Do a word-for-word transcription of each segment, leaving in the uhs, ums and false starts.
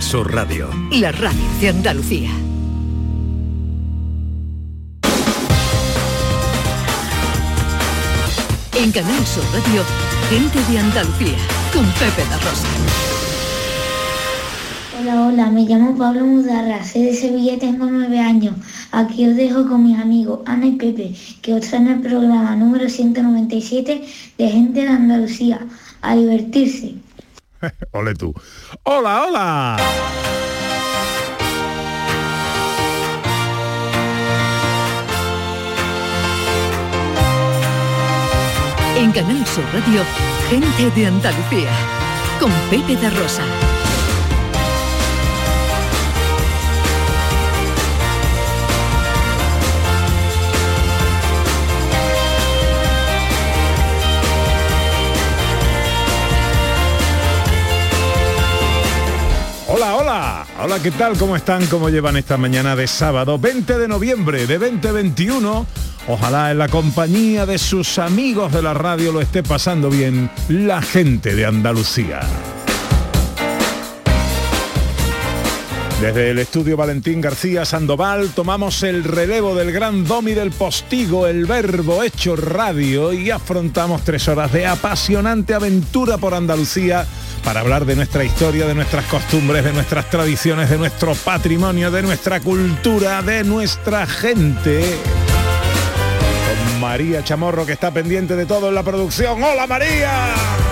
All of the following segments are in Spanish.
Sur Radio. La radio de Andalucía. En Canal Sur Radio, Gente de Andalucía, con Pepe da Rosa. Hola, hola, me llamo Pablo Mudarra, soy de Sevilla y tengo nueve años. Aquí os dejo con mis amigos Ana y Pepe, que os traen el programa número ciento noventa y siete de Gente de Andalucía. A divertirse. Ole tú. ¡Hola, hola! En Canal Sur Radio, Gente de Andalucía, con Pepe da Rosa. Hola, hola, hola, ¿qué tal? ¿Cómo están? ¿Cómo llevan esta mañana de sábado veinte de noviembre de veinte veintiuno? Ojalá en la compañía de sus amigos de la radio lo esté pasando bien la gente de Andalucía. Desde el estudio Valentín García Sandoval tomamos el relevo del gran domi del postigo, el verbo hecho radio, y afrontamos tres horas de apasionante aventura por Andalucía para hablar de nuestra historia, de nuestras costumbres, de nuestras tradiciones, de nuestro patrimonio, de nuestra cultura, de nuestra gente. Con María Chamorro, que está pendiente de todo en la producción. ¡Hola, María!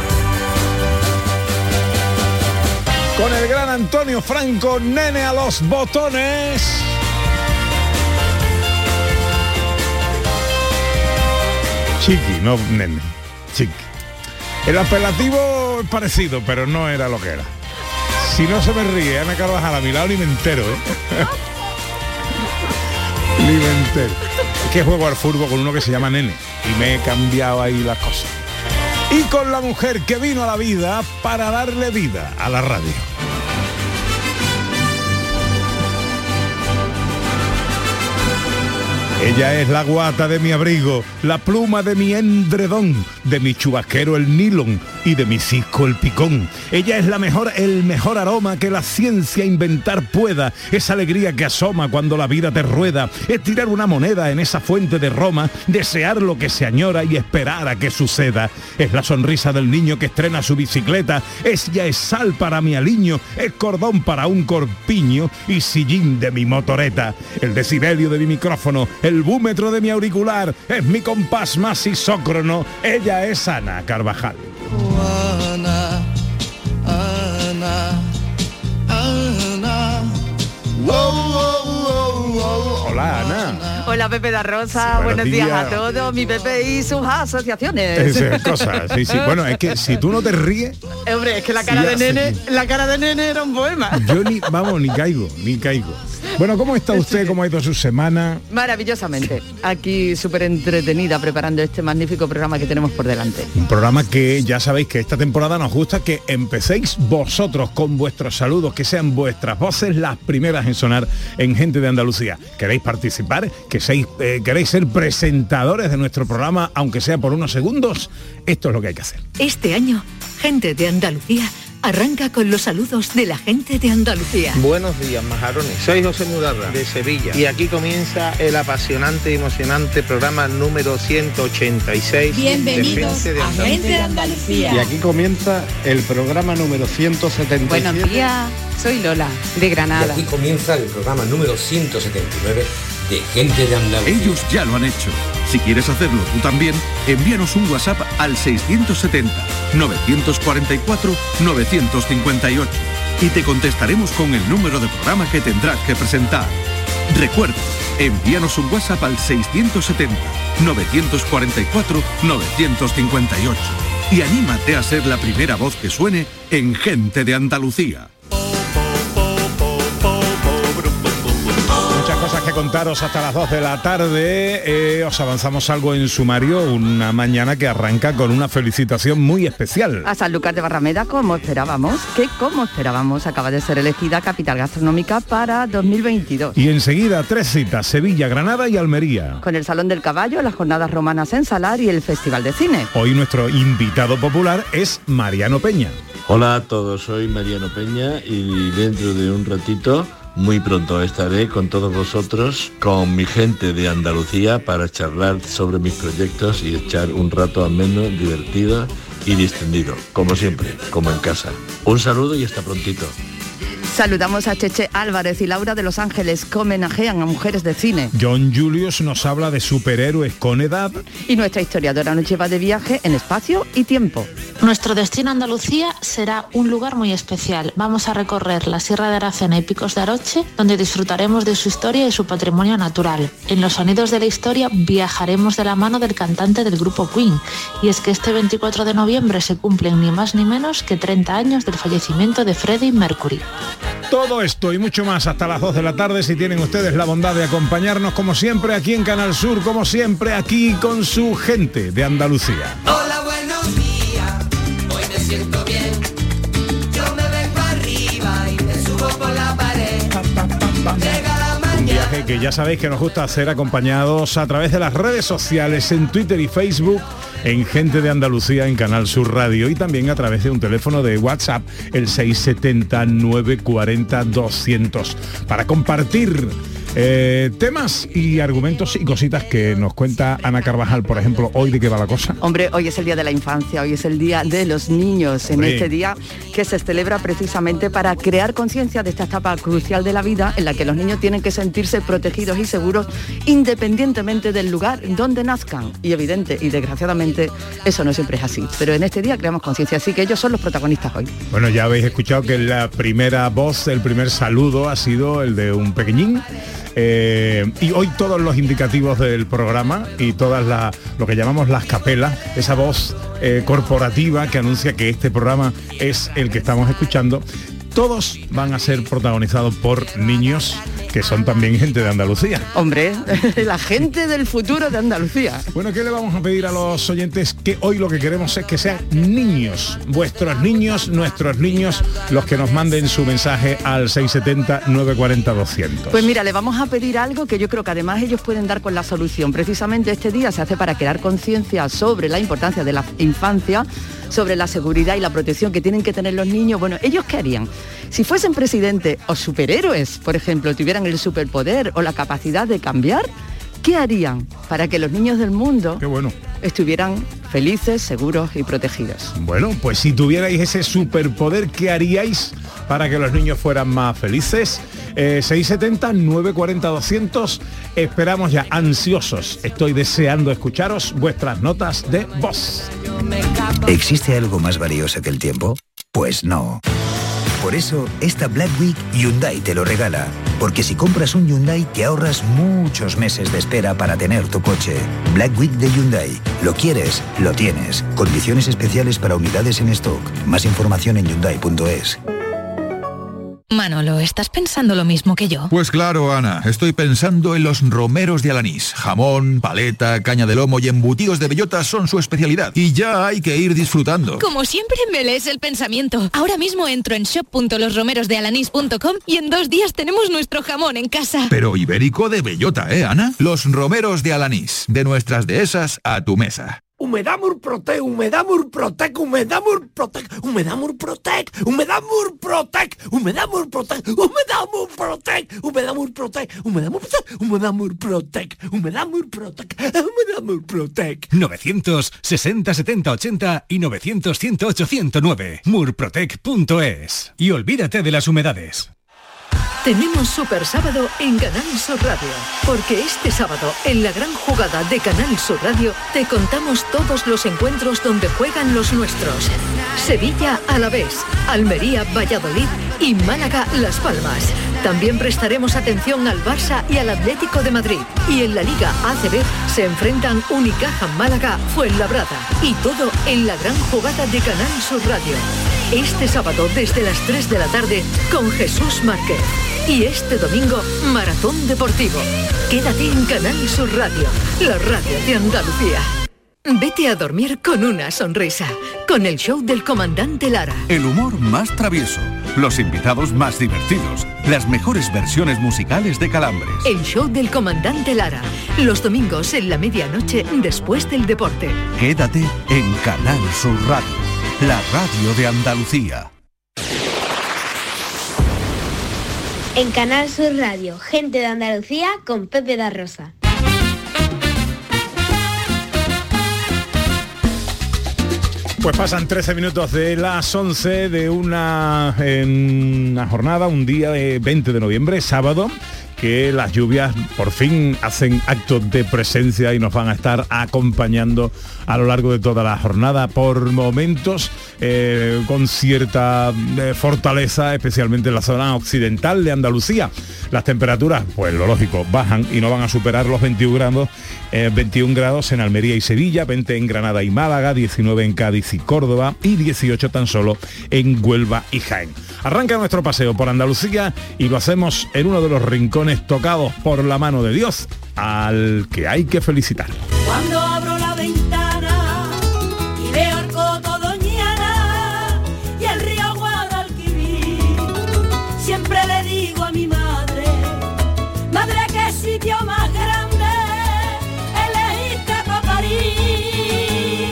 Con el gran Antonio Franco, nene a los botones. Chiqui, no nene, Chiqui. El apelativo es parecido, pero no era lo que era. Si no se me ríe Ana Carvajal a mi lado, ni me entero, ¿eh? Ni me entero. Es que juego al fútbol con uno que se llama Nene y me he cambiado ahí las cosas. Y con la mujer que vino a la vida para darle vida a la radio. Ella es la guata de mi abrigo, la pluma de mi endredón, de mi chubasquero el nylon y de mi cisco el picón. Ella es la mejor, el mejor aroma que la ciencia inventar pueda, esa alegría que asoma cuando la vida te rueda, es tirar una moneda en esa fuente de Roma, desear lo que se añora y esperar a que suceda. Es la sonrisa del niño que estrena su bicicleta, es ya es sal para mi aliño, es cordón para un corpiño y sillín de mi motoreta. El decibelio de mi micrófono, el búmetro de mi auricular, es mi compás más isócrono. Ella es Ana Carvajal. Oh, Ana, Ana, Ana. Oh, oh, oh, oh. Hola, Ana. Hola, Pepe da Rosa, Sí, buenos buenos días. días a todos, mi Pepe y sus asociaciones. Esas cosas, sí, sí. Bueno, es que si tú no te ríes... Eh, Hombre, es que la cara Sí, de hace nene, bien. la cara de nene era un poema. Yo ni, vamos, ni caigo, ni caigo. Bueno, ¿cómo está usted? ¿Cómo ha ido su semana? Maravillosamente. Aquí súper entretenida preparando este magnífico programa que tenemos por delante. Un programa que ya sabéis que esta temporada nos gusta que empecéis vosotros con vuestros saludos, que sean vuestras voces las primeras en sonar en Gente de Andalucía. ¿Queréis participar? ¿Que seáis, eh, ¿Queréis ser presentadores de nuestro programa, aunque sea por unos segundos? Esto es lo que hay que hacer. Este año, Gente de Andalucía arranca con los saludos de la gente de Andalucía. Buenos días, majarones. Soy José Mudarra, de Sevilla. Y aquí comienza el apasionante y emocionante programa número ciento ochenta y seis. Bienvenidos de Gente de a Andalucía. Gente de Andalucía. Y aquí comienza el programa número ciento setenta y siete. Buenos días, soy Lola, de Granada. Y aquí comienza el programa número ciento setenta y nueve de Gente de Andalucía. Ellos ya lo han hecho. Si quieres hacerlo tú también, envíanos un WhatsApp al seiscientos setenta, novecientos cuarenta y cuatro, novecientos cincuenta y ocho y te contestaremos con el número de programa que tendrás que presentar. Recuerda, envíanos un WhatsApp al seiscientos setenta, novecientos cuarenta y cuatro, novecientos cincuenta y ocho y anímate a ser la primera voz que suene en Gente de Andalucía. cosas que contaros hasta las dos de la tarde. Eh, os avanzamos algo en sumario, una mañana que arranca con una felicitación muy especial. A Sanlúcar de Barrameda, como esperábamos, que como esperábamos, acaba de ser elegida capital gastronómica para dos mil veintidós. Y enseguida tres citas, Sevilla, Granada y Almería. Con el Salón del Caballo, las Jornadas Romanas en Salar y el Festival de Cine. Hoy nuestro invitado popular es Mariano Peña. Hola a todos, soy Mariano Peña y dentro de un ratito, muy pronto estaré con todos vosotros, con mi gente de Andalucía, para charlar sobre mis proyectos y echar un rato ameno, divertido y distendido, como siempre, como en casa. Un saludo y hasta prontito. Saludamos a Cheche Álvarez y Laura de Los Ángeles, que homenajean a mujeres de cine. John Julius nos habla de superhéroes con edad. Y nuestra historiadora nos lleva de viaje en espacio y tiempo. Nuestro destino Andalucía será un lugar muy especial. Vamos a recorrer la Sierra de Aracena y Picos de Aroche, donde disfrutaremos de su historia y su patrimonio natural. En los sonidos de la historia viajaremos de la mano del cantante del grupo Queen. Y es que este veinticuatro de noviembre se cumplen ni más ni menos que treinta años del fallecimiento de Freddie Mercury. Todo esto y mucho más hasta las dos de la tarde, si tienen ustedes la bondad de acompañarnos como siempre aquí en Canal Sur, como siempre aquí con su gente de Andalucía. Hola, buenos días, hoy me siento bien, yo me vengo arriba y me subo por la pared. Llega la mañana. Un viaje que ya sabéis que nos gusta hacer acompañados a través de las redes sociales, en Twitter y Facebook, en Gente de Andalucía en Canal Sur Radio, y también a través de un teléfono de WhatsApp, el seis siete cero, nueve cuatro cero, doscientos, para compartir eh, temas y argumentos y cositas que nos cuenta Ana Carvajal. Por ejemplo, hoy, ¿de qué va la cosa? Hombre, hoy es el Día de la Infancia, hoy es el Día de los Niños, en sí. este día que se celebra precisamente para crear conciencia de esta etapa crucial de la vida, en la que los niños tienen que sentirse protegidos y seguros independientemente del lugar donde nazcan. Y evidente y desgraciadamente eso no siempre es así, pero en este día creamos conciencia, así que ellos son los protagonistas hoy. Bueno, ya habéis escuchado que la primera voz, el primer saludo ha sido el de un pequeñín. Eh, y hoy todos los indicativos del programa y todas las, lo que llamamos las capelas, esa voz eh, corporativa que anuncia que este programa es el que estamos escuchando, todos van a ser protagonizados por niños que son también gente de Andalucía. Hombre, la gente del futuro de Andalucía. Bueno, ¿qué le vamos a pedir a los oyentes? Que hoy lo que queremos es que sean niños, vuestros niños, nuestros niños, los que nos manden su mensaje al seis siete cero, nueve cuatro cero, doscientos. Pues mira, le vamos a pedir algo que yo creo que además ellos pueden dar con la solución. Precisamente este día se hace para crear conciencia sobre la importancia de la infancia, sobre la seguridad y la protección que tienen que tener los niños. Bueno, ¿ellos qué harían? Si fuesen presidentes o superhéroes, por ejemplo, tuvieran el superpoder o la capacidad de cambiar, ¿qué harían para que los niños del mundo Qué bueno. estuvieran felices, seguros y protegidos? Bueno, pues si tuvierais ese superpoder, ¿qué haríais para que los niños fueran más felices? Eh, seis siete cero, nueve cuatro cero, doscientos. Esperamos ya, ansiosos. Estoy deseando escucharos vuestras notas de voz. ¿Existe algo más valioso que el tiempo? Pues no. Por eso, esta Black Week Hyundai te lo regala. Porque si compras un Hyundai te ahorras muchos meses de espera para tener tu coche. Black Week de Hyundai. Lo quieres, lo tienes. Condiciones especiales para unidades en stock. Más información en hyundai punto es. Manolo, ¿estás pensando lo mismo que yo? Pues claro, Ana, estoy pensando en los romeros de Alanís. Jamón, paleta, caña de lomo y embutidos de bellota son su especialidad. Y ya hay que ir disfrutando. Como siempre me lees el pensamiento. Ahora mismo entro en shop punto los romeros de alanís punto com y en dos días tenemos nuestro jamón en casa. Pero ibérico de bellota, ¿eh, Ana? Los romeros de Alanís, de nuestras dehesas a tu mesa. Humedad Murprotec, Humedad Murprotec, Humedad Murprotec, Humedad Murprotec, Humedad Murprotec, Humedad Murprotec, Humedad Murprotec, Humedad Murprotec, Humedad Murprotec, Humedad Murprotec, Humedad Murprotec, Humedad Murprotec. novecientos sesenta setenta ochenta y novecientos ciento ocho ciento nueve. murprotec punto es. Y olvídate de las humedades. Tenemos Super Sábado en Canal Sur Radio, porque este sábado, en la gran jugada de Canal Sur Radio, te contamos todos los encuentros donde juegan los nuestros. Sevilla Alavés, Almería Valladolid y Málaga Las Palmas. También prestaremos atención al Barça y al Atlético de Madrid. Y en la Liga A C B se enfrentan Unicaja Málaga Fuenlabrada. Y todo en la gran jugada de Canal Sur Radio. Este sábado desde las tres de la tarde con Jesús Márquez. Y este domingo, Maratón Deportivo. Quédate en Canal Sur Radio, la radio de Andalucía. Vete a dormir con una sonrisa, con el show del comandante Lara. El humor más travieso, los invitados más divertidos, las mejores versiones musicales de Calambres. El show del comandante Lara, los domingos en la medianoche después del deporte. Quédate en Canal Sur Radio, la radio de Andalucía. En Canal Sur Radio, Gente de Andalucía con Pepe da Rosa. Pues pasan trece minutos de las once de una, en una jornada, un día de veinte de noviembre, sábado, que las lluvias por fin hacen acto de presencia y nos van a estar acompañando a lo largo de toda la jornada, por momentos eh, con cierta eh, fortaleza, especialmente en la zona occidental de Andalucía. Las temperaturas, pues lo lógico, bajan y no van a superar los veintiún grados, eh, veintiún grados en Almería y Sevilla, veinte en Granada y Málaga, diecinueve en Cádiz y Córdoba y dieciocho tan solo en Huelva y Jaén. Arranca nuestro paseo por Andalucía y lo hacemos en uno de los rincones tocados por la mano de Dios, al que hay que felicitar. Cuando abro la ventana y veo el coto Doñana y el río Guadalquivir, siempre le digo a mi madre, madre, qué sitio más grande elegiste para París.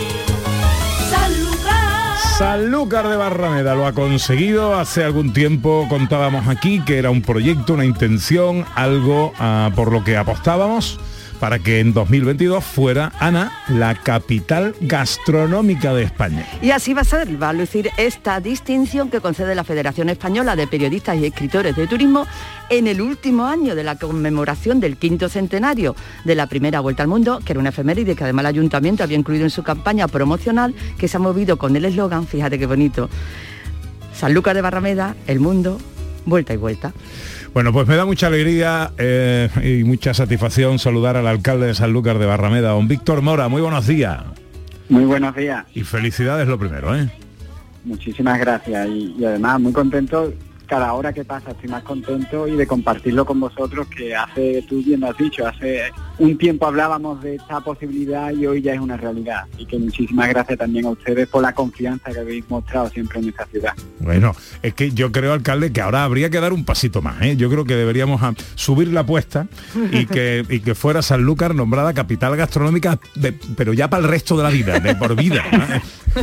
Sanlúcar. Sanlúcar de Barrameda lo ha conseguido. Hace algún tiempo contábamos aquí que era un proyecto, una intención, algo uh, por lo que apostábamos para que en dos mil veintidós fuera, Ana, la capital gastronómica de España. Y así va a ser, va a lucir esta distinción que concede la Federación Española de Periodistas y Escritores de Turismo en el último año de la conmemoración del quinto centenario de la primera Vuelta al Mundo, que era una efeméride que además el Ayuntamiento había incluido en su campaña promocional, que se ha movido con el eslogan, fíjate qué bonito, Sanlúcar de Barrameda, el mundo, vuelta y vuelta. Bueno, pues me da mucha alegría eh, y mucha satisfacción saludar al alcalde de Sanlúcar de Barrameda, don Víctor Mora. Muy buenos días. Muy buenos días. Y felicidades lo primero, ¿eh? Muchísimas gracias y, y además muy contento. Cada hora que pasa estoy más contento y de compartirlo con vosotros, que hace, tú bien lo has dicho, hace un tiempo hablábamos de esta posibilidad y hoy ya es una realidad. Y que muchísimas gracias también a ustedes por la confianza que habéis mostrado siempre en esta ciudad. Bueno, es que yo creo, alcalde, que ahora habría que dar un pasito más, ¿eh? Yo creo que deberíamos a subir la apuesta y que, y que fuera Sanlúcar nombrada capital gastronómica, de, pero ya para el resto de la vida, de por vida, ¿no?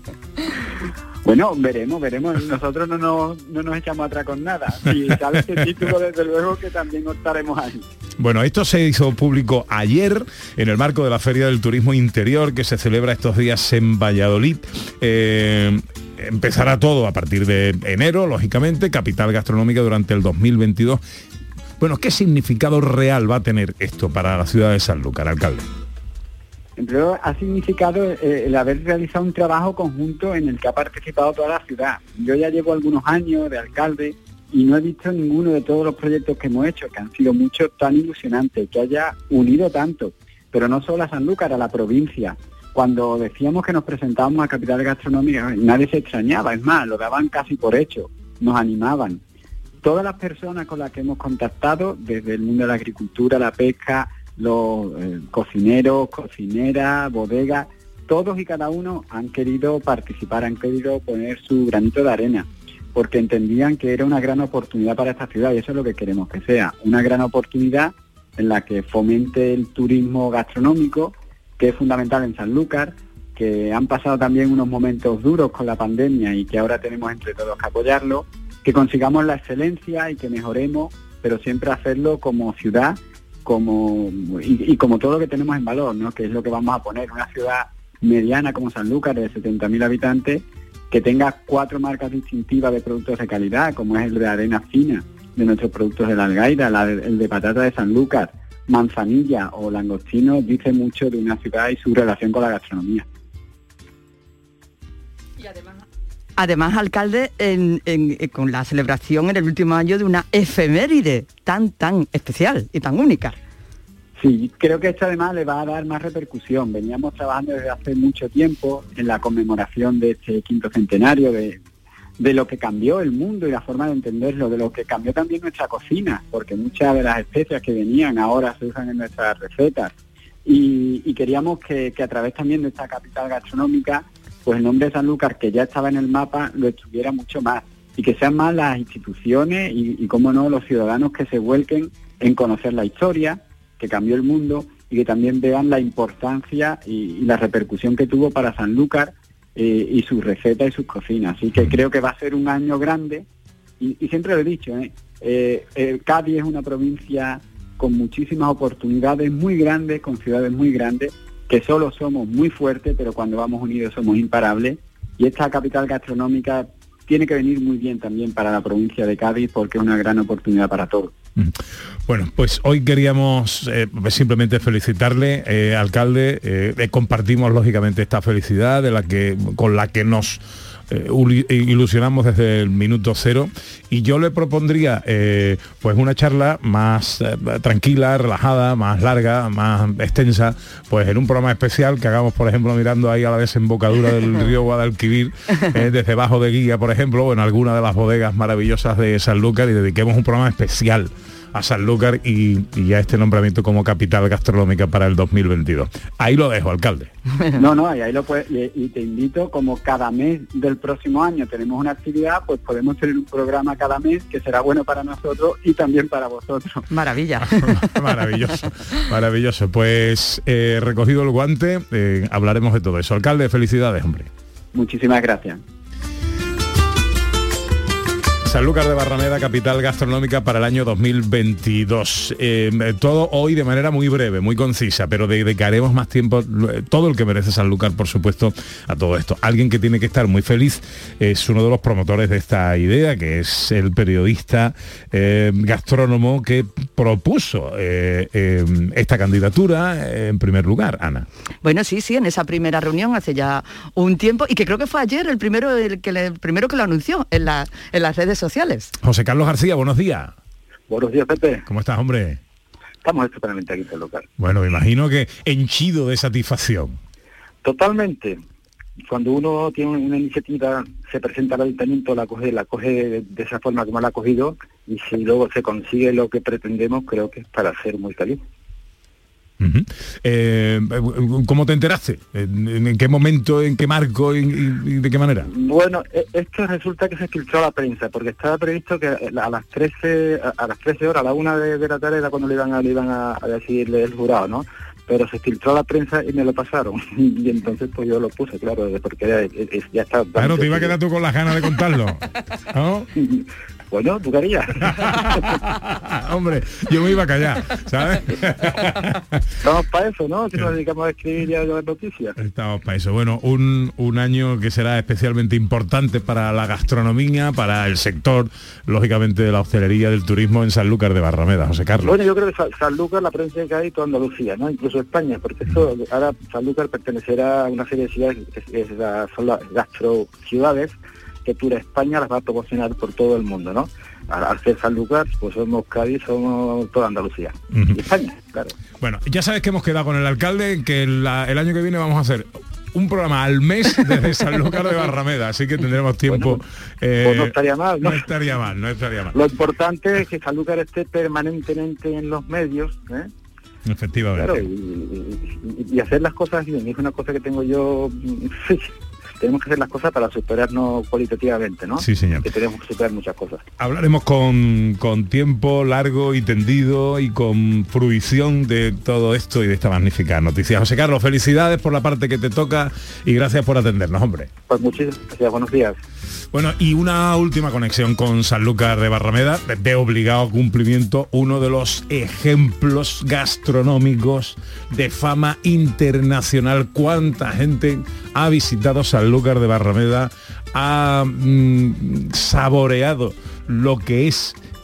Bueno, veremos, veremos. Nosotros no nos, no nos echamos atrás con nada. Si sale este título, desde luego que también estaremos ahí. Bueno, esto se hizo público ayer en el marco de la Feria del Turismo Interior que se celebra estos días en Valladolid. Eh, empezará todo a partir de enero, lógicamente, capital gastronómica durante el dos mil veintidós. Bueno, ¿qué significado real va a tener esto para la ciudad de Sanlúcar, alcalde? Pero ha significado eh, el haber realizado un trabajo conjunto en el que ha participado toda la ciudad. Yo ya llevo algunos años de alcalde y no he visto ninguno de todos los proyectos que hemos hecho, que han sido muchos, tan ilusionantes, que haya unido tanto, pero no solo a Sanlúcar, a la provincia. Cuando decíamos que nos presentábamos a capital gastronómica, nadie se extrañaba, es más, lo daban casi por hecho, nos animaban. Todas las personas con las que hemos contactado, desde el mundo de la agricultura, la pesca, los eh, cocineros, cocineras, bodegas, todos y cada uno han querido participar, han querido poner su granito de arena, porque entendían que era una gran oportunidad para esta ciudad y eso es lo que queremos que sea, una gran oportunidad en la que fomente el turismo gastronómico, que es fundamental en Sanlúcar, que han pasado también unos momentos duros con la pandemia y que ahora tenemos entre todos que apoyarlo, que consigamos la excelencia y que mejoremos, pero siempre hacerlo como ciudad, como y, y como todo lo que tenemos en valor, ¿no? Que es lo que vamos a poner, una ciudad mediana como Sanlúcar de setenta mil habitantes, que tenga cuatro marcas distintivas de productos de calidad, como es el de arena fina de nuestros productos de la Algaida, la de, el de patata de Sanlúcar, manzanilla o langostino, dice mucho de una ciudad y su relación con la gastronomía. Y además, además alcalde, en, en, en, con la celebración en el último año de una efeméride tan, tan especial y tan única. Sí, creo que esto además le va a dar más repercusión. Veníamos trabajando desde hace mucho tiempo en la conmemoración de este quinto centenario de, de lo que cambió el mundo y la forma de entenderlo, de lo que cambió también nuestra cocina, porque muchas de las especias que venían ahora se usan en nuestras recetas. Y, y queríamos que, que a través también de esta capital gastronómica, pues el nombre de Sanlúcar, que ya estaba en el mapa, lo estuviera mucho más. Y que sean más las instituciones y, y cómo no, los ciudadanos que se vuelquen en conocer la historia, que cambió el mundo, y que también vean la importancia y, y la repercusión que tuvo para Sanlúcar eh, y sus recetas y sus cocinas. Así que creo que va a ser un año grande, y, y siempre lo he dicho, ¿eh? Eh, eh, Cádiz es una provincia con muchísimas oportunidades muy grandes, con ciudades muy grandes, que solo somos muy fuertes, pero cuando vamos unidos somos imparables, y esta capital gastronómica tiene que venir muy bien también para la provincia de Cádiz, porque es una gran oportunidad para todos. Bueno, pues hoy queríamos eh, simplemente felicitarle, eh, alcalde, eh, compartimos lógicamente esta felicidad de la que con la que nos eh, ilusionamos desde el minuto cero, y yo le propondría eh, pues una charla más eh, tranquila, relajada, más larga, más extensa, pues en un programa especial que hagamos, por ejemplo, mirando ahí a la desembocadura del río Guadalquivir, eh, desde Bajo de Guía, por ejemplo, o en alguna de las bodegas maravillosas de Sanlúcar, y dediquemos un programa especial a Sanlúcar y, y a este nombramiento como capital gastronómica para el dos mil veintidós. Ahí lo dejo, alcalde. No, no, y ahí lo puedes, y, y te invito, como cada mes del próximo año tenemos una actividad, pues podemos tener un programa cada mes que será bueno para nosotros y también para vosotros. Maravilla. Maravilloso, maravilloso. Pues eh, recogido el guante, eh, hablaremos de todo eso. Alcalde, felicidades, hombre. Muchísimas gracias. Sanlúcar de Barrameda, capital gastronómica para el año dos mil veintidós. Eh, todo hoy de manera muy breve, muy concisa, pero dedicaremos más tiempo, todo el que merece Sanlúcar, por supuesto, a todo esto. Alguien que tiene que estar muy feliz es uno de los promotores de esta idea, que es el periodista eh, gastrónomo que propuso eh, eh, esta candidatura eh, en primer lugar, Ana. Bueno, sí, sí, en esa primera reunión hace ya un tiempo, y que creo que fue ayer el primero, el que, le, el primero que lo anunció en, la, en las redes sociales. José Carlos García, buenos días. Buenos días, Pepe. ¿Cómo estás, hombre? Estamos estupendamente aquí en el local. Bueno, me imagino que henchido de satisfacción. Totalmente. Cuando uno tiene una iniciativa, se presenta al ayuntamiento, la coge, la coge de esa forma como la ha cogido, y si luego se consigue lo que pretendemos, creo que es para ser muy feliz. Uh-huh. Eh, ¿Cómo te enteraste? ¿En, en qué momento, en qué marco y, y de qué manera? Bueno, esto resulta que se filtró a la prensa, porque estaba previsto que a las trece, a las trece horas, a la una de, de la tarde era cuando le iban a, le iban a, a decidirle el jurado, ¿no? Pero se filtró a la prensa y me lo pasaron, y entonces pues yo lo puse, claro, porque era, ya está. Claro, te iba a quedar tú con las ganas de contarlo, ¿no? Bueno, ¿tú querías? Hombre, yo me iba a callar, ¿sabes? Estamos para eso, ¿no? Si nos dedicamos a escribir y a dar noticias. Estamos para eso. Bueno, un, un año que será especialmente importante para la gastronomía, para el sector, lógicamente, de la hostelería, del turismo en Sanlúcar de Barrameda. José Carlos. Bueno, yo creo que Sanlúcar, la provincia de Cádiz, toda Andalucía, ¿no? Incluso España, porque esto, ahora Sanlúcar pertenecerá a una serie de ciudades que es la, son las gastro ciudades, que Tour España las va a proporcionar por todo el mundo, ¿no? Al, al ser Sanlúcar, pues somos Cádiz, somos toda Andalucía. Uh-huh. Y España, claro. Bueno, ya sabes que hemos quedado con el alcalde, que la, el año que viene vamos a hacer un programa al mes desde Sanlúcar de Barrameda, así que tendremos tiempo. Bueno, eh, pues no estaría mal, ¿no? No estaría mal, no estaría mal. Lo importante es que Sanlúcar esté permanentemente en los medios, ¿eh? Efectivamente. Claro, y, y, y hacer las cosas bien, es una cosa que tengo yo... Sí. Tenemos que hacer las cosas para superarnos cualitativamente, ¿no? Sí, señor. Que tenemos que superar muchas cosas. Hablaremos con, con tiempo largo y tendido y con fruición de todo esto y de esta magnífica noticia. José Carlos, felicidades por la parte que te toca y gracias por atendernos, hombre. Pues muchísimas gracias, buenos días. Bueno, y una última conexión con Sanlúcar de Barrameda, de obligado cumplimiento, uno de los ejemplos gastronómicos de fama internacional. ¿Cuánta gente ha visitado Sanlúcar de Barrameda, ha mmm, saboreado lo que es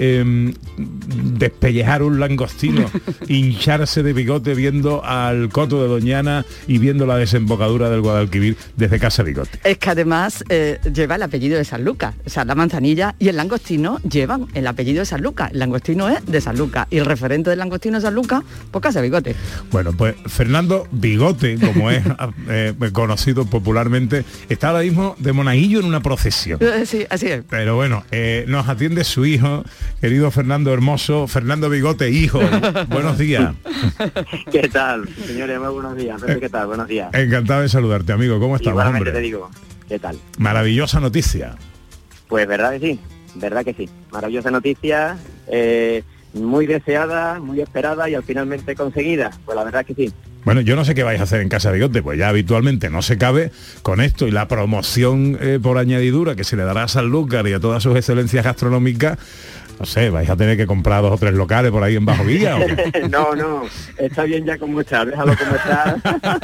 eh, despellejar un langostino, hincharse de bigote viendo al Coto de Doñana y viendo la desembocadura del Guadalquivir desde Casa Bigote. Es que además eh, lleva el apellido de Sanlúcar, o sea, la manzanilla y el langostino llevan el apellido de Sanlúcar. El langostino es de Sanlúcar y el referente del langostino de Sanlúcar, pues Casa Bigote. Bueno, pues Fernando Bigote, como es eh, conocido popularmente, está ahora mismo de monaguillo en una procesión. Sí, así es. Pero bueno, eh, nos atiende su hijo, querido Fernando Hermoso, Fernando Bigote, hijo. Buenos días. ¿Qué tal, señores? Muy buenos días. ¿Qué tal? Buenos días. Encantado de saludarte, amigo. ¿Cómo estás, Igualmente hombre? te digo, ¿qué tal? Maravillosa noticia. Pues verdad que sí, verdad que sí. Maravillosa noticia, eh, muy deseada, muy esperada y al finalmente conseguida. Pues la verdad que sí. Bueno, yo no sé qué vais a hacer en Casa Bigote, pues ya habitualmente no se cabe con esto y la promoción eh, por añadidura que se le dará a Sanlúcar y a todas sus excelencias gastronómicas. No sé, vais a tener que comprar dos o tres locales por ahí en Bajo Villa. ¿O? No, no, está bien ya como está, déjalo como está.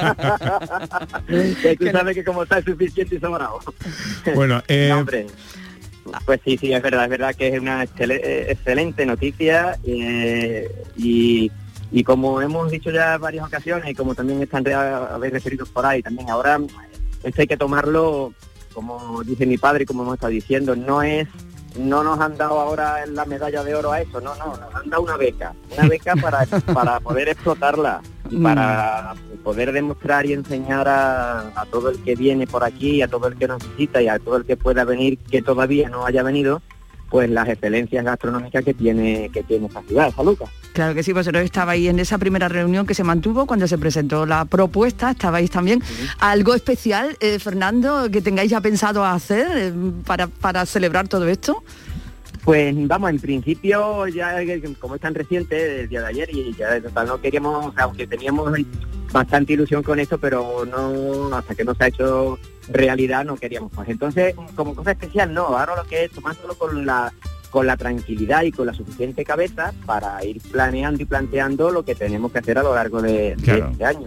Que tú sabes que como está es suficiente y sobrado. Bueno, eh... no, hombre. Pues sí, sí, es verdad, es verdad que es una excel- excelente noticia eh, y, y como hemos dicho ya en varias ocasiones y como también están habéis referido por ahí también, ahora esto hay que tomarlo, como dice mi padre y como hemos estado diciendo, no es no nos han dado ahora la medalla de oro a eso, no, no, nos han dado una beca, una beca para, para poder explotarla y para poder demostrar y enseñar a, a todo el que viene por aquí, a todo el que nos visita y a todo el que pueda venir que todavía no haya venido, pues las excelencias gastronómicas que tiene que tiene esta ciudad, Sanlúcar. Claro que sí, vosotros estabais en esa primera reunión que se mantuvo cuando se presentó la propuesta, estabais también. Uh-huh. ¿Algo especial, eh, Fernando, que tengáis ya pensado hacer eh, para, para celebrar todo esto? Pues vamos, en principio ya como es tan reciente, el día de ayer, y ya de total no queríamos, aunque teníamos bastante ilusión con esto, pero no, hasta que no se ha hecho realidad no queríamos. Pues entonces, como cosa especial, no, ahora lo que es tomándolo con la con la tranquilidad y con la suficiente cabeza para ir planeando y planteando lo que tenemos que hacer a lo largo de, claro. de este año.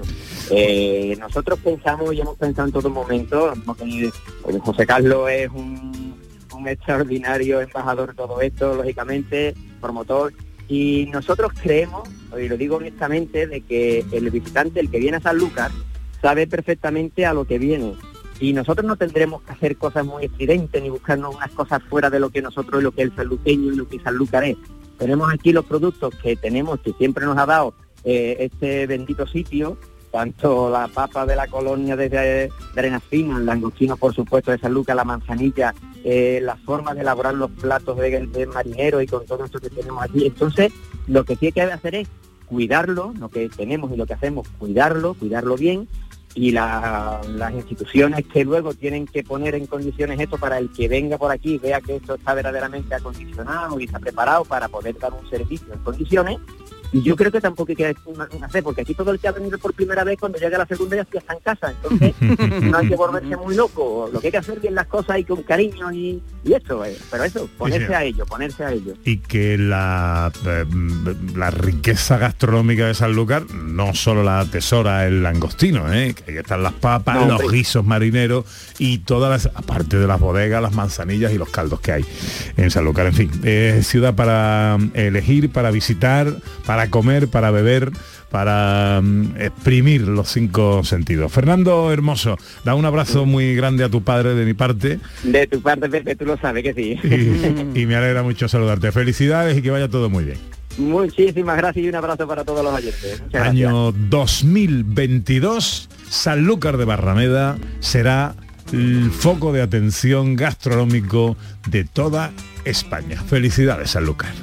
Eh, nosotros pensamos y hemos pensado en todo momento, porque José Carlos es un, un extraordinario embajador de todo esto, lógicamente, promotor, y nosotros creemos, y lo digo honestamente, de que el visitante, el que viene a Sanlúcar, sabe perfectamente a lo que viene. Y nosotros no tendremos que hacer cosas muy estridentes ni buscarnos unas cosas fuera de lo que nosotros, lo que el sanluqueño y lo que Sanlúcar es. Tenemos aquí los productos que tenemos, que siempre nos ha dado eh, este bendito sitio, tanto la papa de la colonia de, de Arenas Finas, el langostino por supuesto de Sanlúcar, la manzanilla, eh, las formas de elaborar los platos de, de marinero y con todo esto que tenemos aquí. Entonces, lo que sí hay que hacer es cuidarlo, lo que tenemos y lo que hacemos, cuidarlo, cuidarlo bien, y la, las instituciones que luego tienen que poner en condiciones esto para el que venga por aquí, vea que esto está verdaderamente acondicionado y está preparado para poder dar un servicio en condiciones. Y yo creo que tampoco hay que hacer, porque aquí todo el que ha venido por primera vez, cuando llega la segunda ya está en casa, entonces no hay que volverse muy loco, lo que hay que hacer bien las cosas y con cariño y, y eso, eh. pero eso, ponerse sí, sí. a ello, ponerse a ello. Y que la, eh, la riqueza gastronómica de Sanlúcar no solo la atesora el langostino, eh, que ahí están las papas, no, los hombre. guisos marineros y todas las, aparte de las bodegas, las manzanillas y los caldos que hay en Sanlúcar. En fin, es eh, ciudad para elegir, para visitar, para comer, para beber, para um, exprimir los cinco sentidos. Fernando Hermoso, da un abrazo muy grande a tu padre de mi parte. De tu parte, Pepe, tú lo sabes que sí. Y, y me alegra mucho saludarte. Felicidades y que vaya todo muy bien. Muchísimas gracias y un abrazo para todos los oyentes. Muchas Año gracias. dos mil veintidós, Sanlúcar de Barrameda será el foco de atención gastronómico de toda España. Felicidades, Sanlúcar.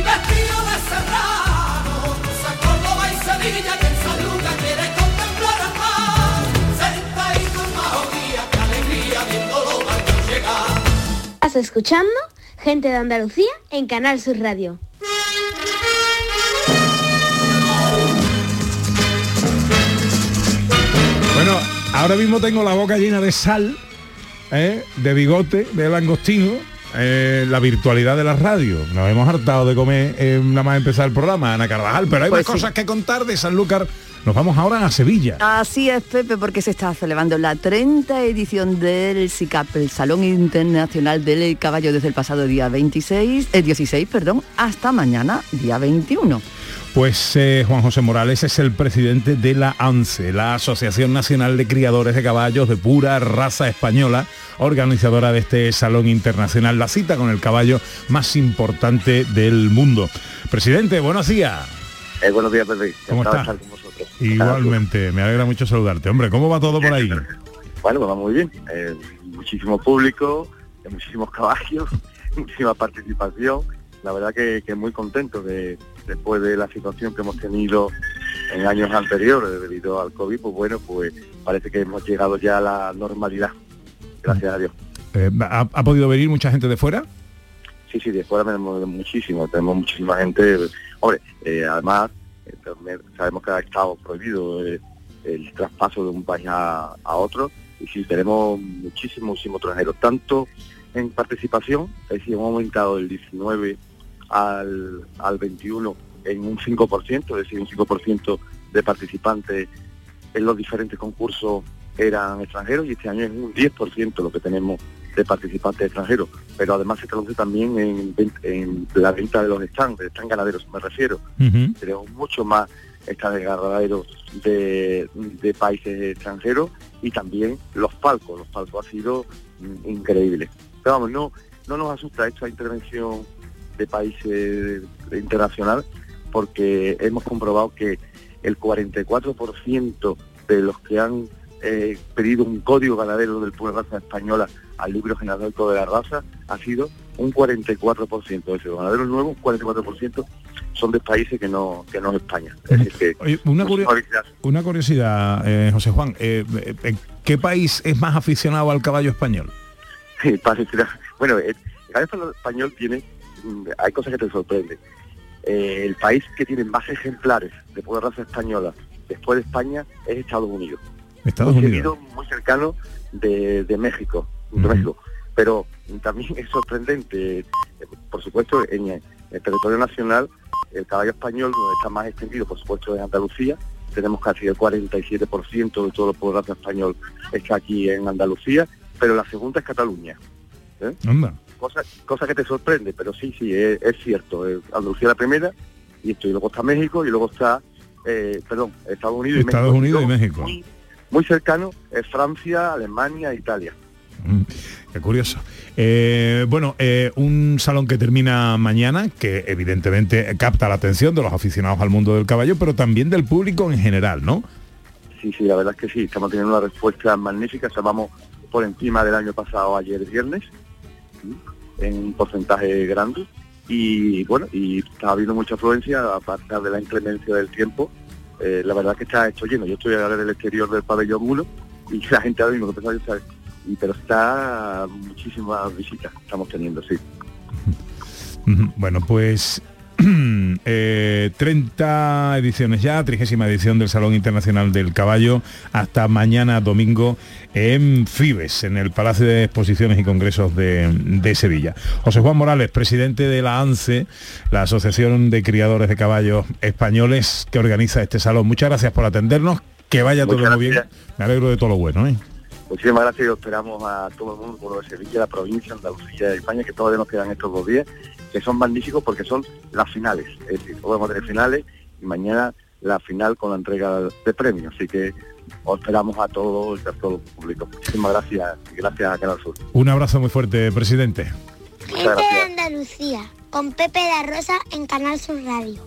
Estás escuchando Gente de Andalucía en Canal Sur Radio. Bueno, ahora mismo tengo la boca llena de sal, ¿eh? de bigote, de langostino, eh, la virtualidad de la radio. Nos hemos hartado de comer eh, nada más empezar el programa, Ana Carvajal, pero hay Pues más sí. cosas que contar de Sanlúcar. Nos vamos ahora a Sevilla. Así es, Pepe, porque se está celebrando la treinta edición del SICAP, el Salón Internacional del Caballo, desde el pasado día veintiséis, eh, dieciséis, perdón, hasta mañana, día veintiuno. Pues eh, Juan José Morales es el presidente de la ANCE, la Asociación Nacional de Criadores de Caballos de Pura Raza Española, organizadora de este Salón Internacional, la cita con el caballo más importante del mundo. Presidente, buenos días. Eh, buenos días, Pepe. ¿Cómo Encantado de está? estar con vosotros. Igualmente, me alegra mucho saludarte. Hombre, ¿cómo va todo por ahí? Bueno, pues va muy bien. Eh, muchísimo público, eh, muchísimos caballos, muchísima participación. La verdad que, que muy contento de, después de la situación que hemos tenido en años anteriores debido al COVID, pues bueno, pues parece que hemos llegado ya a la normalidad. Gracias a Dios. Eh, ¿ha, ¿Ha podido venir mucha gente de fuera? Sí, sí, de fuera tenemos muchísimo, tenemos muchísima gente. Hombre, eh, además, eh, sabemos que ha estado prohibido eh, el traspaso de un país a, a otro, y sí, tenemos muchísimos, muchísimos extranjeros, tanto en participación, es decir, hemos aumentado del diecinueve al, al veintiuno en un cinco por ciento, es decir, un cinco por ciento de participantes en los diferentes concursos eran extranjeros, y este año es un diez por ciento lo que tenemos de participantes extranjeros, pero además se traduce también en, en la venta de los stands, de stand ganaderos me refiero. Uh-huh. Tenemos mucho más stands de ganaderos de, de países extranjeros, y también los palcos, los palcos ha sido mm, increíble. Pero vamos, no, no nos asusta esta intervención de países internacional, porque hemos comprobado que el cuarenta y cuatro por ciento de los que han eh, pedido un código ganadero del Pura Raza Española al libro genealógico de la raza ha sido un cuarenta y cuatro por ciento. Es decir, los ganaderos nuevos, un cuarenta y cuatro por ciento son de países que no que no es España. Es decir, que Oye, una, curio- una curiosidad, eh, José Juan, eh, eh, ¿qué país es más aficionado al caballo español? Sí, bueno, el caballo español tiene, hay cosas que te sorprenden. Eh, el país que tiene más ejemplares de Pura Raza Española después de España es Estados Unidos. Estados muy Unidos. Seguido, muy cercano de, de México, de uh-huh. México. Pero también es sorprendente, por supuesto, en el territorio nacional, el caballo español, donde está más extendido, por supuesto, en Andalucía. Tenemos casi el cuarenta y siete por ciento de todo el Pura Raza español está aquí en Andalucía, pero la segunda es Cataluña. ¿eh? Anda. Cosa, cosa que te sorprende, pero sí, sí, es, es cierto. Es Andalucía la primera, y esto, y luego está México, y luego está, eh, perdón, Estados Unidos y Estados México. Unidos y México. Muy, muy cercano es Francia, Alemania, Italia. Mm, qué curioso. Eh, bueno, eh, un salón que termina mañana, que evidentemente capta la atención de los aficionados al mundo del caballo, pero también del público en general, ¿no? Sí, sí, la verdad es que sí, estamos teniendo una respuesta magnífica, estamos por encima del año pasado, ayer viernes, en un porcentaje grande, y bueno, y está habiendo mucha afluencia a pesar de la inclemencia del tiempo. Eh, la verdad que está hecho lleno. Yo estoy ahora en el exterior del pabellón uno, y la gente ahora mismo que empezó a estar, y pero está muchísimas visitas estamos teniendo, sí. Bueno, pues eh, treinta ediciones ya, trigésima edición del Salón Internacional del Caballo, hasta mañana domingo en Fibes, en el Palacio de Exposiciones y Congresos de, de Sevilla. José Juan Morales, presidente de la ANCE, la Asociación de Criadores de Caballos Españoles, que organiza este salón. Muchas gracias por atendernos, que vaya Muchas todo muy gracias. bien. Me alegro de todo lo bueno, ¿eh? Muchísimas gracias, y esperamos a todo el mundo por Sevilla, la provincia, Andalucía y España, que todavía nos quedan estos dos días, que son magníficos porque son las finales. Es decir, podemos tener finales, y mañana la final con la entrega de premios. Así que os esperamos a todos y a todo el público. Muchísimas gracias, y gracias a Canal Sur. Un abrazo muy fuerte, presidente. Muchas gracias. Gente de Andalucía, con Pepe da Rosa en Canal Sur Radio.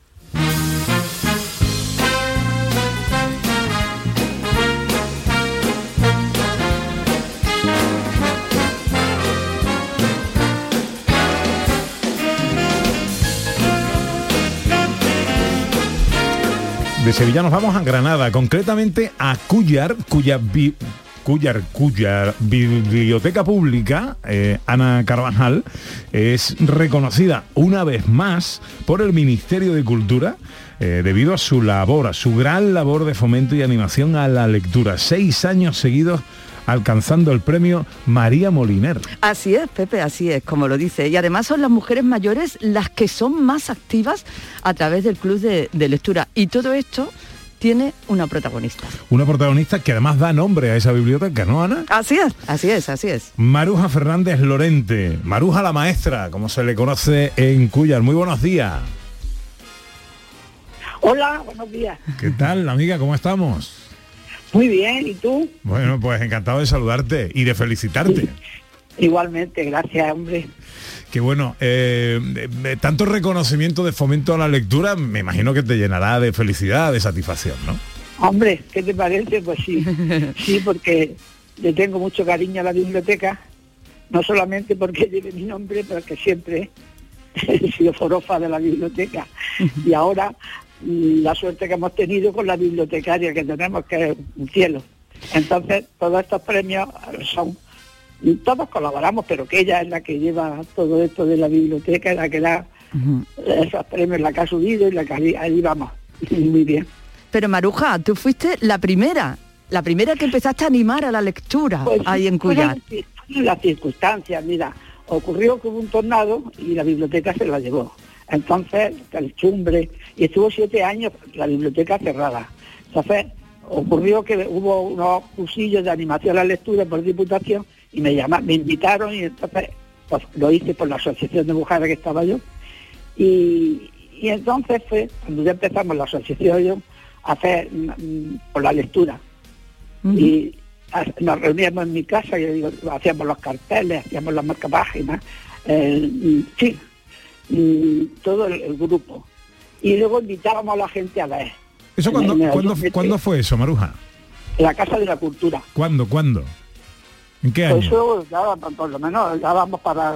De Sevilla nos vamos a Granada, concretamente a Cúllar, cuya, bi, Cúllar, cuya biblioteca pública, eh, Ana Carvajal, es reconocida una vez más por el Ministerio de Cultura eh, debido a su labor, a su gran labor de fomento y animación a la lectura. Seis años seguidos alcanzando el premio María Moliner. Así es, Pepe, así es, como lo dice. Y además son las mujeres mayores las que son más activas a través del club de, de lectura. Y todo esto tiene una protagonista. Una protagonista que además da nombre a esa biblioteca, ¿no, Ana? Así es, así es, así es. Maruja Fernández Lorente, Maruja la maestra, como se le conoce en Cúllar. Muy buenos días. Hola, buenos días. ¿Qué tal, amiga? ¿Cómo estamos? Muy bien, ¿y tú? Bueno, pues encantado de saludarte y de felicitarte. Igualmente, gracias, hombre. Que bueno, eh, de, de tanto reconocimiento de fomento a la lectura, me imagino que te llenará de felicidad, de satisfacción, ¿no? Hombre, ¿qué te parece? Pues sí, sí, porque le tengo mucho cariño a la biblioteca, no solamente porque lleve mi nombre, pero que siempre he sido forofa de la biblioteca. Y ahora la suerte que hemos tenido con la bibliotecaria que tenemos, que es un cielo. Entonces, todos estos premios son... Todos colaboramos, pero que ella es la que lleva todo esto de la biblioteca, la que da uh-huh. esos premios, la que ha subido y la que ahí, ahí vamos. Muy bien. Pero Maruja, tú fuiste la primera, la primera que empezaste a animar a la lectura pues, ahí en Cúllar. Fueron las circunstancias, mira, ocurrió que hubo un tornado y la biblioteca se la llevó. Entonces, Calchumbre, y estuvo siete años la biblioteca cerrada. Entonces, ocurrió que hubo unos cursillos de animación a la lectura por Diputación y me llamaron, me invitaron y entonces pues, lo hice por la asociación de mujeres que estaba yo y, y entonces fue cuando ya empezamos la asociación yo a hacer mm, por la lectura uh-huh. y a, nos reuníamos en mi casa y digo, hacíamos los carteles, hacíamos las marcapáginas, eh, sí, y todo el, el grupo y luego invitábamos a la gente a leer. ¿Eso cuándo, ¿cuándo, ¿cuándo fue eso, Maruja? En la Casa de la Cultura. ¿Cuándo, cuándo? ¿En qué año? Pues eso, ya, por lo menos, ya vamos para...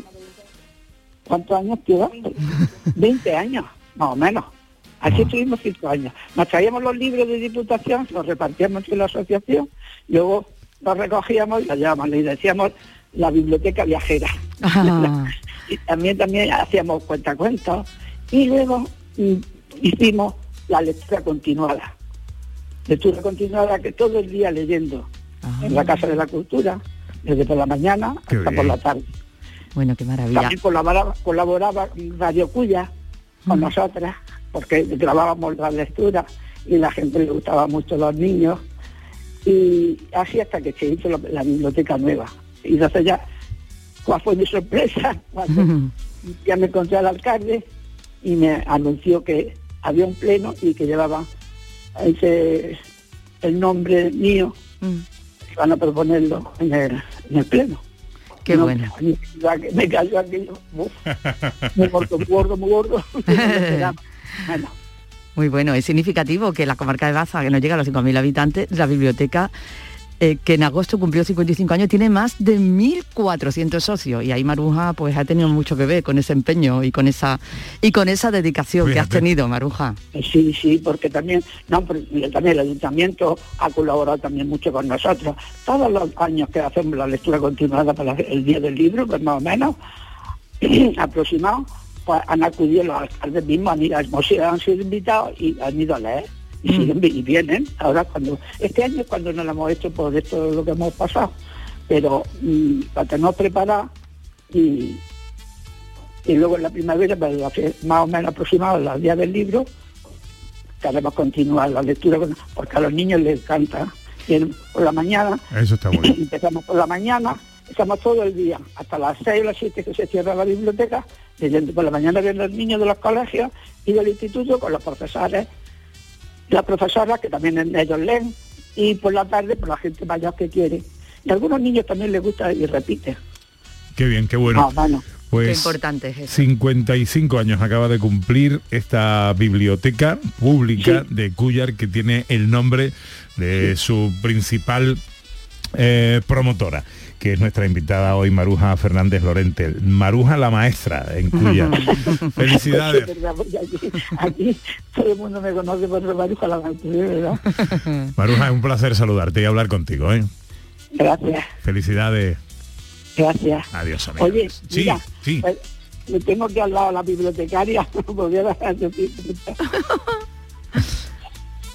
¿Cuántos años quedan? veinte años, más o menos. Así estuvimos cinco años. Nos traíamos los libros de Diputación, los repartíamos entre la asociación, luego los recogíamos y los llevábamos, le decíamos la biblioteca viajera. Y también, también hacíamos cuentacuentos. Y luego mm, hicimos la lectura continuada. Lectura continuada que todo el día leyendo. En la Casa de la Cultura, desde por la mañana qué hasta bien. por la tarde. Bueno, qué maravilla. También colaboraba, colaboraba Radio Cúllar con mm. nosotras, porque grabábamos la lectura y la gente le gustaba mucho los niños. Y así hasta que se hizo la, la biblioteca nueva. Y entonces ya, ¿cuál fue mi sorpresa? Cuando mm. ya me encontré al alcalde y me anunció que había un pleno y que llevaba ese el nombre mío. Mm. Van a proponerlo en el, en el pleno. Qué no, bueno. Me cayó aquello, uf, muy gordo, muy gordo, muy gordo. Bueno. Muy bueno, es significativo que la comarca de Baza, que no llega a los cinco mil habitantes, la biblioteca, eh, que en agosto cumplió cincuenta y cinco años, tiene más de mil cuatrocientos socios. Y ahí Maruja pues ha tenido mucho que ver con ese empeño y con esa y con esa dedicación Fíjate. que has tenido, Maruja. Sí, sí, porque también, no, también el ayuntamiento ha colaborado también mucho con nosotros. Todos los años que hacemos la lectura continuada para el día del libro, pues más o menos, aproximado, pues han acudido los alcaldes mismos, han, ido, han sido invitados y han ido a leer. Y, siguen, y vienen ahora cuando este año es cuando no lo hemos hecho por esto lo que hemos pasado, pero mmm, la tenemos preparada y, y luego en la primavera pues, más o menos aproximado al día del libro queremos continuar la lectura porque a los niños les encanta. Vienen por la mañana. Eso está muy bien. Empezamos por la mañana, estamos todo el día hasta las seis o las siete que se cierra la biblioteca, leyendo. Por la mañana vienen los niños de los colegios y del instituto con los profesores, las profesoras que también ellos leen, y por la tarde por la gente mayor que quiere. Y a algunos niños también les gusta y repite. Qué bien, qué bueno. Ah, bueno. Pues qué importante es eso. cincuenta y cinco años acaba de cumplir esta biblioteca pública sí. de Cúllar, que tiene el nombre de sí. su principal eh, promotora, que es nuestra invitada hoy, Maruja Fernández Lorente. Maruja la maestra en Cúllar. Felicidades. Aquí, aquí todo el mundo me conoce por Maruja la maestra, ¿verdad? Maruja, es un placer saludarte y hablar contigo, ¿eh? Gracias. Felicidades. Gracias. Adiós, amigos. Oye, sí, mira, sí. Pues, me tengo que al lado a la bibliotecaria.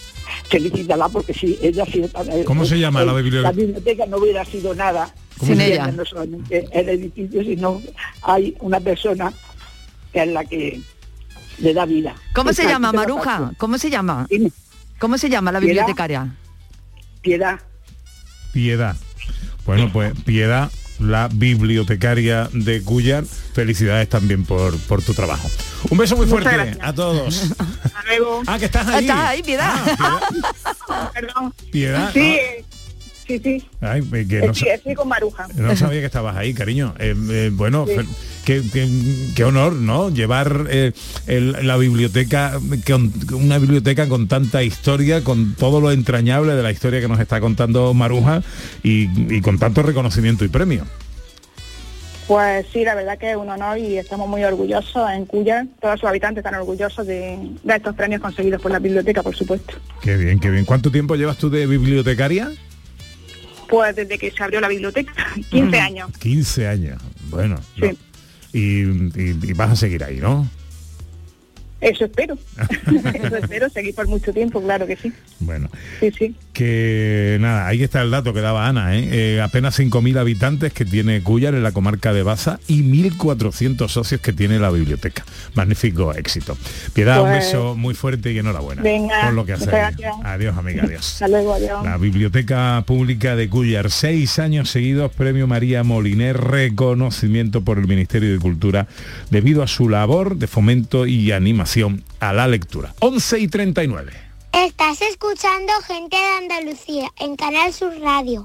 felicitarla porque si ella sí... ¿Cómo se llama la biblioteca? La biblioteca no hubiera sido nada sin ella. No solamente el edificio, sino hay una persona que es la que le da vida. ¿Cómo se Esa- llama, esa Maruja? pasión. ¿Cómo se llama? Dime. ¿Cómo se llama la Piedad. bibliotecaria? Piedad. Piedad. Bueno, pues Piedad, la bibliotecaria de Cúllar, felicidades también por, por tu trabajo. Un beso muy Muchas fuerte gracias. a todos. Hasta luego. Ah, que estás ahí. ¿Estás ahí, Piedad? Perdón. Piedad. Sí, ah, sí, sí. ay, que no, Estoy, sa- estoy con Maruja. no sabía que estabas ahí, cariño. Eh, eh, bueno, Sí. fe- qué, qué- qué honor, ¿no? Llevar eh, el- la biblioteca, con, una biblioteca con tanta historia, con todo lo entrañable de la historia que nos está contando Maruja y, y con tanto reconocimiento y premio. Pues sí, la verdad que es un honor y estamos muy orgullosos en Cúllar. Todos sus habitantes están orgullosos de, de estos premios conseguidos por la biblioteca, por supuesto. Qué bien, qué bien. ¿Cuánto tiempo llevas tú de bibliotecaria? Pues desde que se abrió la biblioteca, quince Mm. años. quince años. Bueno. Sí. ¿no? Y, y- y vas a seguir ahí, ¿no? Eso espero. Eso espero, seguir por mucho tiempo, claro que sí. Bueno, Sí, sí. que nada, ahí está el dato que daba Ana, ¿eh? Eh, apenas cinco mil habitantes que tiene Cúllar en la comarca de Baza y mil cuatrocientos socios que tiene la biblioteca. Magnífico éxito. Piedad, un Pues- beso muy fuerte y enhorabuena Venga, por lo que muchas hacéis. gracias. Adiós, amiga, adiós. Hasta luego, adiós. La Biblioteca Pública de Cúllar, seis años seguidos, Premio María Moliner, reconocimiento por el Ministerio de Cultura debido a su labor de fomento y animación a la lectura. once y treinta y nueve. Estás escuchando Gente de Andalucía en Canal Sur Radio.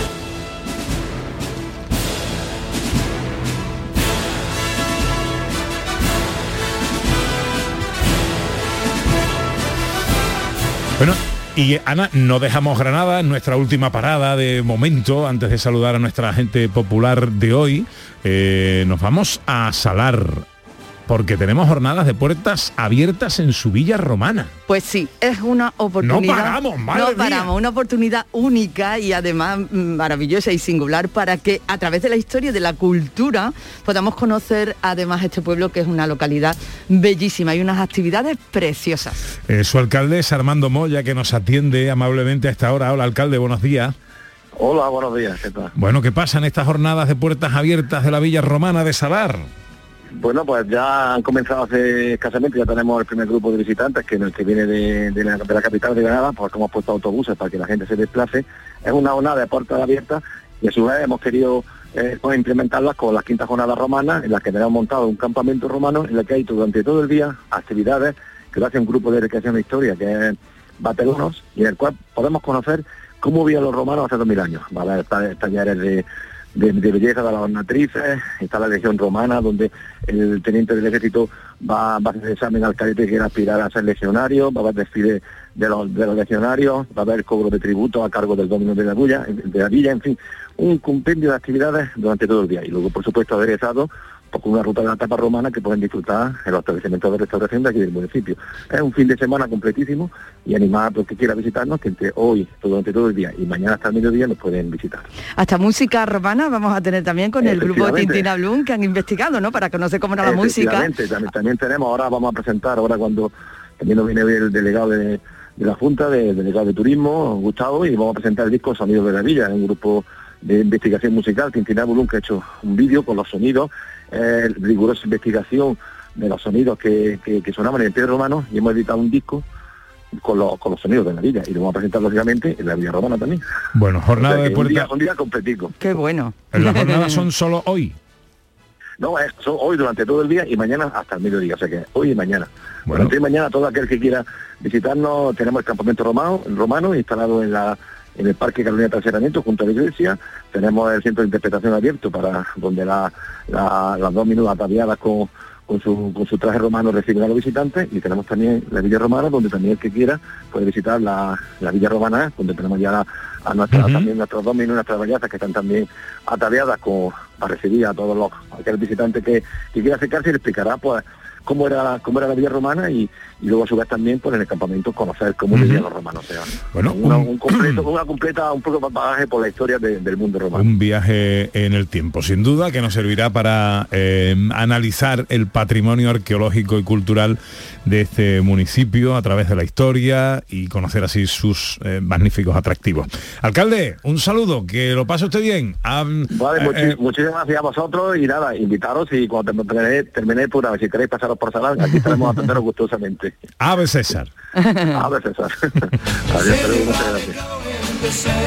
Bueno, y Ana, no dejamos Granada, en nuestra última parada de momento, antes de saludar a nuestra gente popular de hoy, eh, nos vamos a Salar, porque tenemos jornadas de puertas abiertas en su villa romana. Pues sí, es una oportunidad. No paramos, madre No mía. paramos, una oportunidad única y además mm, maravillosa y singular para que a través de la historia y de la cultura podamos conocer además este pueblo que es una localidad bellísima y unas actividades preciosas. Eh, su alcalde es Armando Moya, que nos atiende amablemente a esta hora. Hola, alcalde, buenos días. Hola, buenos días, ¿qué tal? Bueno, ¿qué pasa en estas jornadas de puertas abiertas de la villa romana de Salar? Bueno, pues ya han comenzado hace escasamente, ya tenemos el primer grupo de visitantes que, que viene de, de, la, de la capital de Granada, porque hemos puesto autobuses para que la gente se desplace. Es una jornada de puertas abiertas y a su vez hemos querido eh, pues, implementarlas con las quintas jornadas romanas, en las que tenemos montado un campamento romano en el que hay durante todo el día actividades que lo hace un grupo de recreación de historia, que es Batelunos, y en el cual podemos conocer cómo vivían los romanos hace dos mil años. Va a haber ta- talleres de De, de belleza de las matrices, está la legión romana, donde el teniente del ejército va, va a hacer examen al cadete que quiere aspirar a ser legionario, va a haber desfile de los, de los legionarios, va a haber cobro de tributo a cargo del dominio de la villa, de la villa, en fin, un compendio de actividades durante todo el día. Y luego, por supuesto, aderezado pues, con una ruta de la etapa romana que pueden disfrutar en los establecimientos de restauración de aquí del municipio. Es un fin de semana completísimo y animar a los que quiera visitarnos, que entre hoy, durante todo el día y mañana hasta el mediodía nos pueden visitar. Hasta música romana vamos a tener también con el grupo Efectivamente. Tintina Bloom que han investigado, ¿no? Para conocer cómo era la música. Efectivamente, también, también tenemos, ahora vamos a presentar, ahora cuando también nos viene el delegado de, de la Junta, del delegado de Turismo, Gustavo, y vamos a presentar el disco Sonidos de la Villa, un grupo de investigación musical, Tintina Bloom, que ha hecho un vídeo con los sonidos, eh, rigurosa investigación de los sonidos que, que, que sonaban en el Imperio Romano, y hemos editado un disco con los, con los sonidos de la villa, y lo vamos a presentar lógicamente en la Villa Romana también. Bueno, jornada O sea, de que un día, puertas... un día completico. Qué bueno. Las jornadas son solo hoy. No, es son hoy durante todo el día y mañana hasta el mediodía, o sea que hoy y mañana. Bueno. Durante y mañana todo aquel que quiera visitarnos, tenemos el campamento romano, romano instalado en la en el Parque Carolina Terceramiento junto a la iglesia, tenemos el centro de interpretación abierto para donde la, la- las dos minutas ataviadas con, con, su, con su traje romano reciben a los visitantes, y tenemos también la Villa Romana, donde también el que quiera puede visitar la, la Villa Romana, donde tenemos ya la- a nuestras, Ujú. también nuestros dos minutos, nuestras bellezas que están también ataviadas con, para recibir a todos los aquel visitante que, que quiera acercarse, y le explicará pues cómo era cómo era la vida romana y, y luego a su vez también pues en el campamento conocer cómo vivían uh-huh. los romanos. O sea, bueno, una, un, un completo, una completa, un poco bagaje por la historia de, del mundo romano. Un viaje en el tiempo, sin duda, que nos servirá para eh, analizar el patrimonio arqueológico y cultural de este municipio a través de la historia y conocer así sus eh, magníficos atractivos. Alcalde, un saludo, que lo pase usted bien. Um, vale, eh, muchi- eh, muchísimas gracias a vosotros y nada, invitaros y cuando terminé, terminé pues, si queréis pasaros por Salán, aquí estaremos a atenderos gustosamente. Ave César. Ave César. Adiós, saludos, muchas gracias.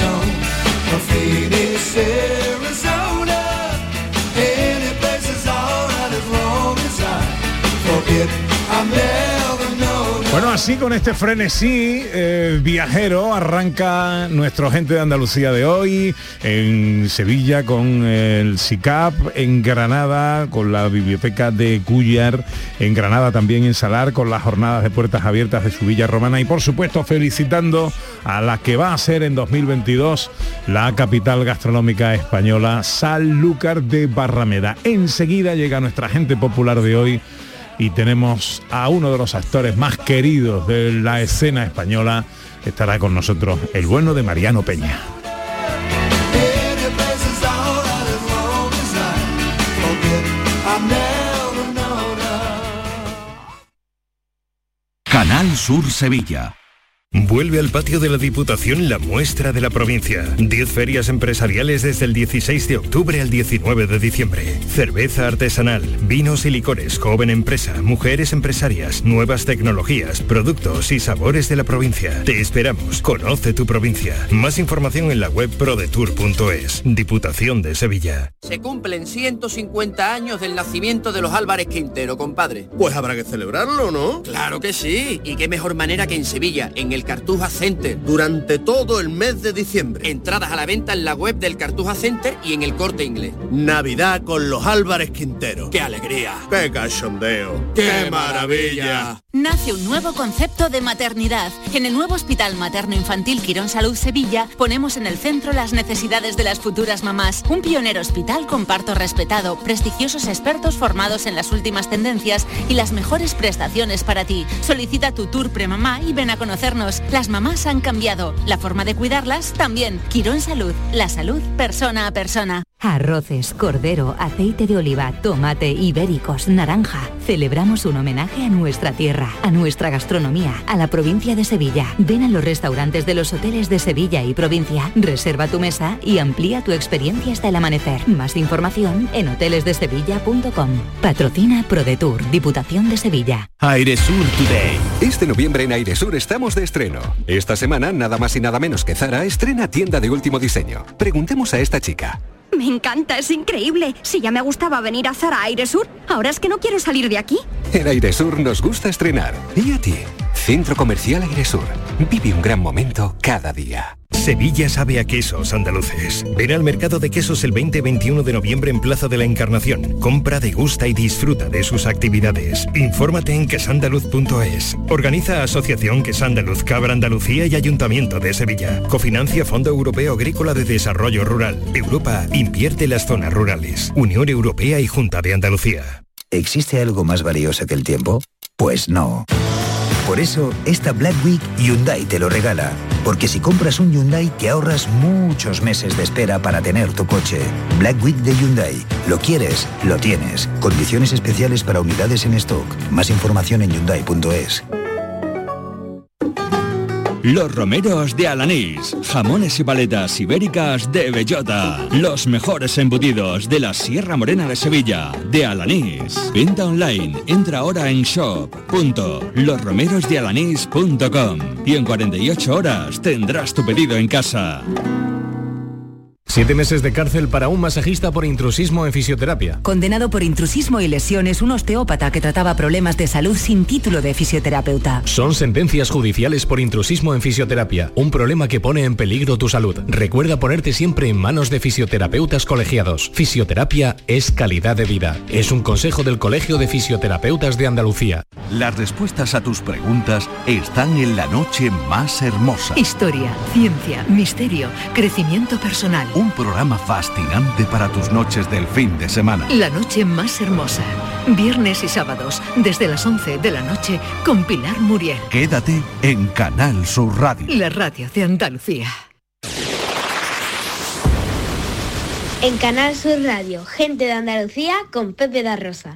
Bueno, así con este frenesí eh, viajero arranca nuestro Gente de Andalucía de hoy, en Sevilla con el S I C A P, en Granada con la Biblioteca de Cúllar, en Granada también en Salar con las jornadas de puertas abiertas de su Villa Romana y por supuesto felicitando a la que va a ser en dos mil veintidós la capital gastronómica española, Sanlúcar de Barrameda. Enseguida llega nuestra gente popular de hoy y tenemos a uno de los actores más queridos de la escena española. Estará con nosotros el bueno de Mariano Peña. Canal Sur Sevilla. Vuelve al patio de la Diputación la muestra de la provincia. diez ferias empresariales desde el dieciséis de octubre al diecinueve de diciembre. Cerveza artesanal, vinos y licores, joven empresa, mujeres empresarias, nuevas tecnologías, productos y sabores de la provincia. Te esperamos. Conoce tu provincia. Más información en la web prodetour punto es. Diputación de Sevilla. Se cumplen ciento cincuenta años del nacimiento de los Álvarez Quintero, compadre. Pues habrá que celebrarlo, ¿no? Claro que sí. Y qué mejor manera que en Sevilla, en el Cartuja Center. Durante todo el mes de diciembre. Entradas a la venta en la web del Cartuja Center y en el Corte Inglés. Navidad con los Álvarez Quintero. ¡Qué alegría! ¡Qué cachondeo! ¡Qué, ¡Qué maravilla! Nace un nuevo concepto de maternidad. En el nuevo Hospital Materno Infantil Quirón Salud Sevilla ponemos en el centro las necesidades de las futuras mamás. Un pionero hospital con parto respetado, prestigiosos expertos formados en las últimas tendencias y las mejores prestaciones para ti. Solicita tu tour premamá y ven a conocernos. Las mamás han cambiado, la forma de cuidarlas también. Quirón Salud, la salud persona a persona. Arroces, cordero, aceite de oliva, tomate, ibéricos, naranja. Celebramos un homenaje a nuestra tierra, a nuestra gastronomía, a la provincia de Sevilla. Ven a los restaurantes de los hoteles de Sevilla y provincia, reserva tu mesa y amplía tu experiencia hasta el amanecer. Más información en hoteles de sevilla punto com. Patrocina ProDetour, Diputación de Sevilla. Airesur Today. Este noviembre en Airesur estamos de estreno. Esta semana, nada más y nada menos que Zara estrena tienda de último diseño. Preguntemos a esta chica. Me encanta, es increíble. Si ya me gustaba venir a Zara Airesur, ahora es que no quiero salir de aquí. En Airesur nos gusta estrenar. ¿Y a ti? Centro Comercial Airesur. Vive un gran momento cada día. Sevilla sabe a quesos andaluces. Ven al mercado de quesos el veinte y veintiuno de noviembre en Plaza de la Encarnación. Compra, degusta y disfruta de sus actividades. Infórmate en quesandaluz punto es. Organiza Asociación Quesandaluz, Cabra Andalucía y Ayuntamiento de Sevilla. Cofinancia Fondo Europeo Agrícola de Desarrollo Rural. Europa invierte en las zonas rurales. Unión Europea y Junta de Andalucía. ¿Existe algo más valioso que el tiempo? Pues no. Por eso, esta Black Week Hyundai te lo regala. Porque si compras un Hyundai te ahorras muchos meses de espera para tener tu coche. Black Week de Hyundai. Lo quieres, lo tienes. Condiciones especiales para unidades en stock. Más información en hyundai punto es. Los romeros de Alanís, jamones y paletas ibéricas de bellota, los mejores embutidos de la Sierra Morena de Sevilla, de Alanís. Venta online, entra ahora en shop punto los romeros de alanís punto com y en cuarenta y ocho horas tendrás tu pedido en casa. Siete meses de cárcel para un masajista por intrusismo en fisioterapia. Condenado por intrusismo y lesiones, un osteópata que trataba problemas de salud sin título de fisioterapeuta. Son sentencias judiciales por intrusismo en fisioterapia, un problema que pone en peligro tu salud. Recuerda ponerte siempre en manos de fisioterapeutas colegiados. Fisioterapia es calidad de vida. Es un consejo del Colegio de Fisioterapeutas de Andalucía. Las respuestas a tus preguntas están en La Noche Más Hermosa. Historia, ciencia, misterio, crecimiento personal. Un programa fascinante para tus noches del fin de semana. La noche más hermosa. Viernes y sábados, desde las once de la noche, con Pilar Muriel. Quédate en Canal Sur Radio. La radio de Andalucía. En Canal Sur Radio, Gente de Andalucía con Pepe da Rosa.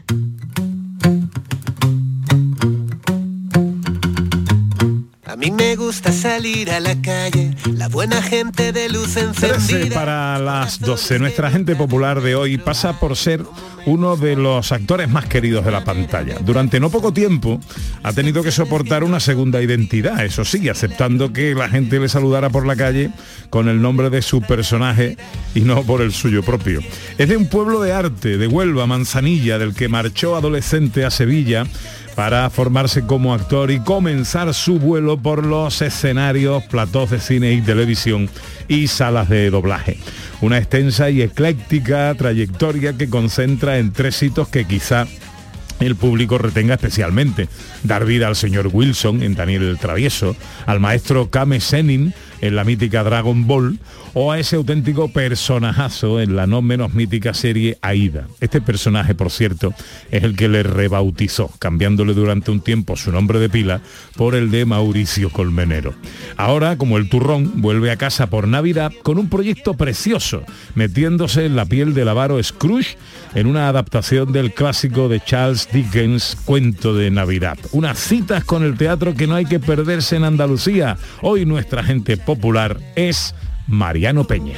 A mí me gusta salir a la calle, la buena gente de luz encendida. trece para las doce. Nuestra gente popular de hoy pasa por ser uno de los actores más queridos de la pantalla. Durante no poco tiempo ha tenido que soportar una segunda identidad, eso sí, aceptando que la gente le saludara por la calle con el nombre de su personaje y no por el suyo propio. Es de un pueblo de arte, de Huelva, Manzanilla, del que marchó adolescente a Sevilla para formarse como actor y comenzar su vuelo por los escenarios, platós de cine y televisión y salas de doblaje. Una extensa y ecléctica trayectoria que concentra en tres hitos que quizá el público retenga especialmente: dar vida al señor Wilson en Daniel el Travieso, al maestro Kame Sennin en la mítica Dragon Ball, o a ese auténtico personajazo en la no menos mítica serie Aída. Este personaje, por cierto, es el que le rebautizó, cambiándole durante un tiempo su nombre de pila por el de Mauricio Colmenero. Ahora, como el turrón, vuelve a casa por Navidad con un proyecto precioso, metiéndose en la piel del avaro Scrooge en una adaptación del clásico de Charles Dickens, Cuento de Navidad. Unas citas con el teatro que no hay que perderse en Andalucía. Hoy nuestra gente popular es Mariano Peña.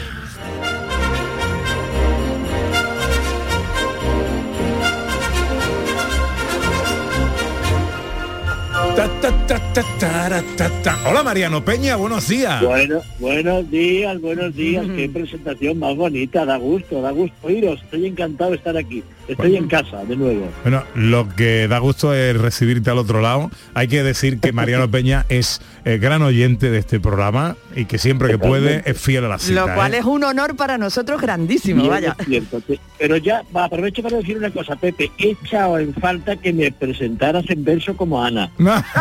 Ta, ta, ta, ta, ta, ta, ta. Hola Mariano Peña, buenos días. Bueno, buenos días, buenos días. Mm. Qué presentación más bonita, da gusto, da gusto iros. Estoy encantado de estar aquí. Estoy bueno. en casa de nuevo. Bueno, lo que da gusto es recibirte al otro lado. Hay que decir que Mariano Peña es eh, gran oyente de este programa y que siempre que puede es fiel a la cita. Lo cual ¿eh? es un honor para nosotros grandísimo, Bien, vaya. Es cierto, pero ya va, aprovecho para decir una cosa, Pepe. He echado en falta que me presentaras en verso como Ana.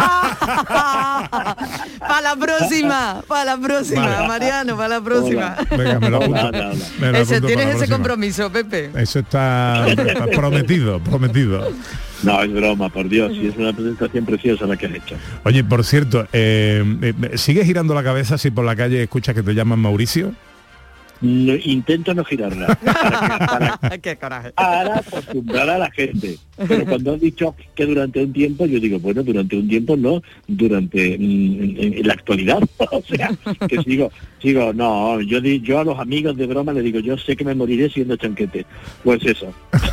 Para la próxima, para la próxima, vale. Mariano, para la próxima. Venga, me lo apunto. Hola, hola, hola. Me lo ese, apunto tienes ese próxima. compromiso, Pepe. Eso está prometido, prometido. No, es broma, por Dios, y es una presentación preciosa la que has hecho. Oye, por cierto, eh, eh, ¿sigues girando la cabeza si por la calle escuchas que te llaman Mauricio? No, intento no girarla para, para, Qué coraje. para acostumbrar a la gente, pero cuando has dicho que durante un tiempo, yo digo, bueno, durante un tiempo no, durante en, en la actualidad, o sea, que sigo, sigo, no, yo di, yo a los amigos de broma les digo, yo sé que me moriré siendo Chanquete, pues eso,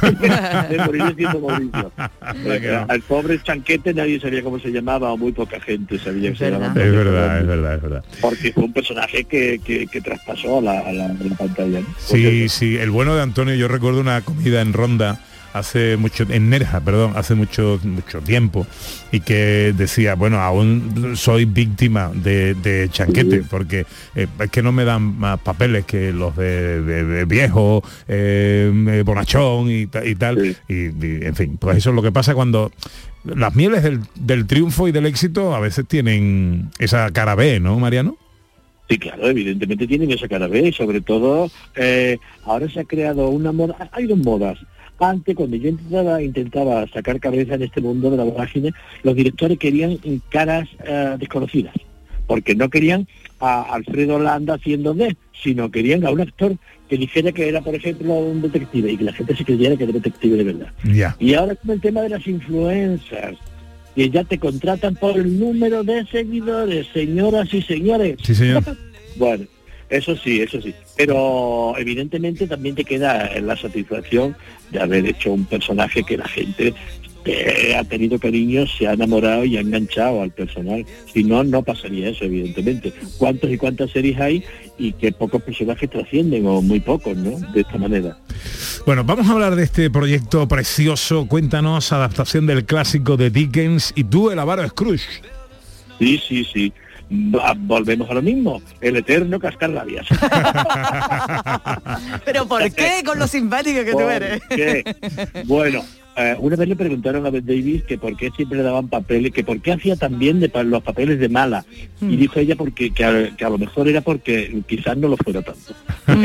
me moriré siendo Mauricio. Al pobre Chanquete nadie sabía cómo se llamaba, o muy poca gente sabía que se llamaba. Es verdad, es verdad, es verdad. Porque fue un personaje que, que, que traspasó a la, a la en la pantalla, ¿no? Sí, sí, el bueno de Antonio, yo recuerdo una comida en Ronda hace mucho, en Nerja, perdón, hace mucho mucho tiempo, y que decía, bueno, aún soy víctima de, de Chanquete, sí. porque eh, es que no me dan más papeles que los de, de, de viejo, eh, bonachón y, y tal, sí. y, y en fin, pues eso es lo que pasa cuando las mieles del, del triunfo y del éxito a veces tienen esa cara B, ¿no, Mariano? Sí, claro, evidentemente tienen esa cara B, y sobre todo eh, ahora se ha creado una moda, hay dos modas. Antes, cuando yo intentaba, intentaba sacar cabeza en este mundo de la vorágine, los directores querían caras eh, desconocidas, porque no querían a Alfredo Landa haciendo de, sino querían a un actor que dijera que era, por ejemplo, un detective, y que la gente se creyera que era detective de verdad. Yeah. Y ahora con el tema de las influencers, que ya te contratan por el número de seguidores, señoras y señores. Sí, señor. Bueno, eso sí, eso sí. Pero evidentemente también te queda la satisfacción de haber hecho un personaje que la gente eh, ha tenido cariño, se ha enamorado y ha enganchado al personal. Si no, no pasaría eso, evidentemente. ¿Cuántos y cuántas series hay y qué pocos personajes trascienden, o muy pocos, ¿no? De esta manera. Bueno, vamos a hablar de este proyecto precioso. Cuéntanos, adaptación del clásico de Dickens, y tú, el avaro Scrooge. Sí, sí, sí. Volvemos a lo mismo, el eterno cascarrabias. ¿Pero por qué? Con lo simpático que tú eres. ¿Qué? Bueno, Uh, una vez le preguntaron a Bette Davis que por qué siempre le daban papeles, que por qué hacía también de pa los papeles de mala. Mm. Y dijo ella porque que a, que a lo mejor era porque quizás no lo fuera tanto.